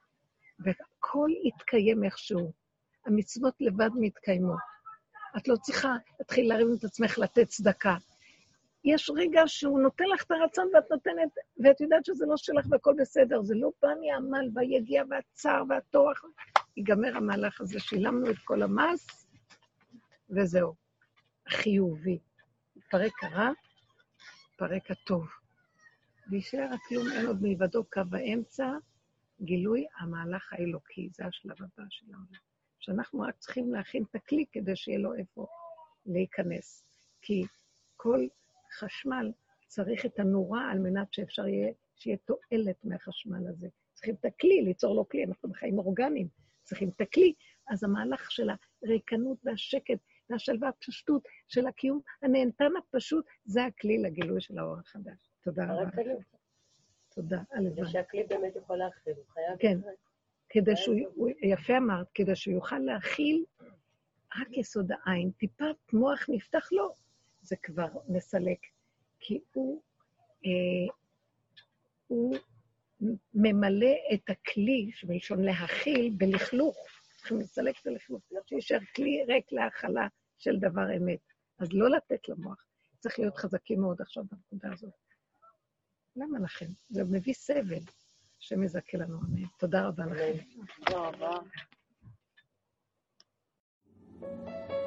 והכל יתקיים איכשהו. המצוות לבד מתקיימות. את לא צריכה להתחיל להרים את עצמך לתת צדקה. יש רגע שהוא נותן לך את הרצון ואת נותנת, ואת יודעת שזה לא שלך והכל בסדר. זה לא בא מעמל והיגיע והצער והתורח. ייגמר המהלך הזה, שילמנו את כל המס, וזהו. החיובי. פרק הרע, פרק הטוב. וישאר הכלום אין עוד מלבדו קו האמצע, גילוי המהלך האלוקי. זה השלב הבא של העולם. שאנחנו רק צריכים להכין את הכלי כדי שיהיה לו איפה להיכנס. כי כל חשמל צריך את הנורה על מנת שאפשר יהיה, שיהיה תועלת מהחשמל הזה. צריכים את הכלי, ליצור לו כלי, אנחנו בחיים אורגניים, צריכים את הכלי. אז המהלך של הריקנות והשקט והשלווה הפשטות של הקיום הנהנתן הפשוט, זה הכלי לגילוי של האור החדש. תודה רבה. תודה, הלוואי. ושהכלי באמת יכול להכיל, הוא חייב... כן, כדי שהוא, יפה אמרת, כדי שהוא יוכל להכיל רק יסוד העין, טיפת מוח נפתח לו, זה כבר מסלק, כי הוא, אה, הוא ממלא את הכלי, שמלשון להכיל, בלכלוך, צריכים לסלק את הלכלוך, שישאר כלי ריק להאכלה של דבר אמת, אז לא לתת למוח, צריך להיות חזקים מאוד עכשיו בנקודה הזאת. למה לכם? זה מביא סבל שמזכה לנו, אמן. תודה רבה לכם. תודה רבה.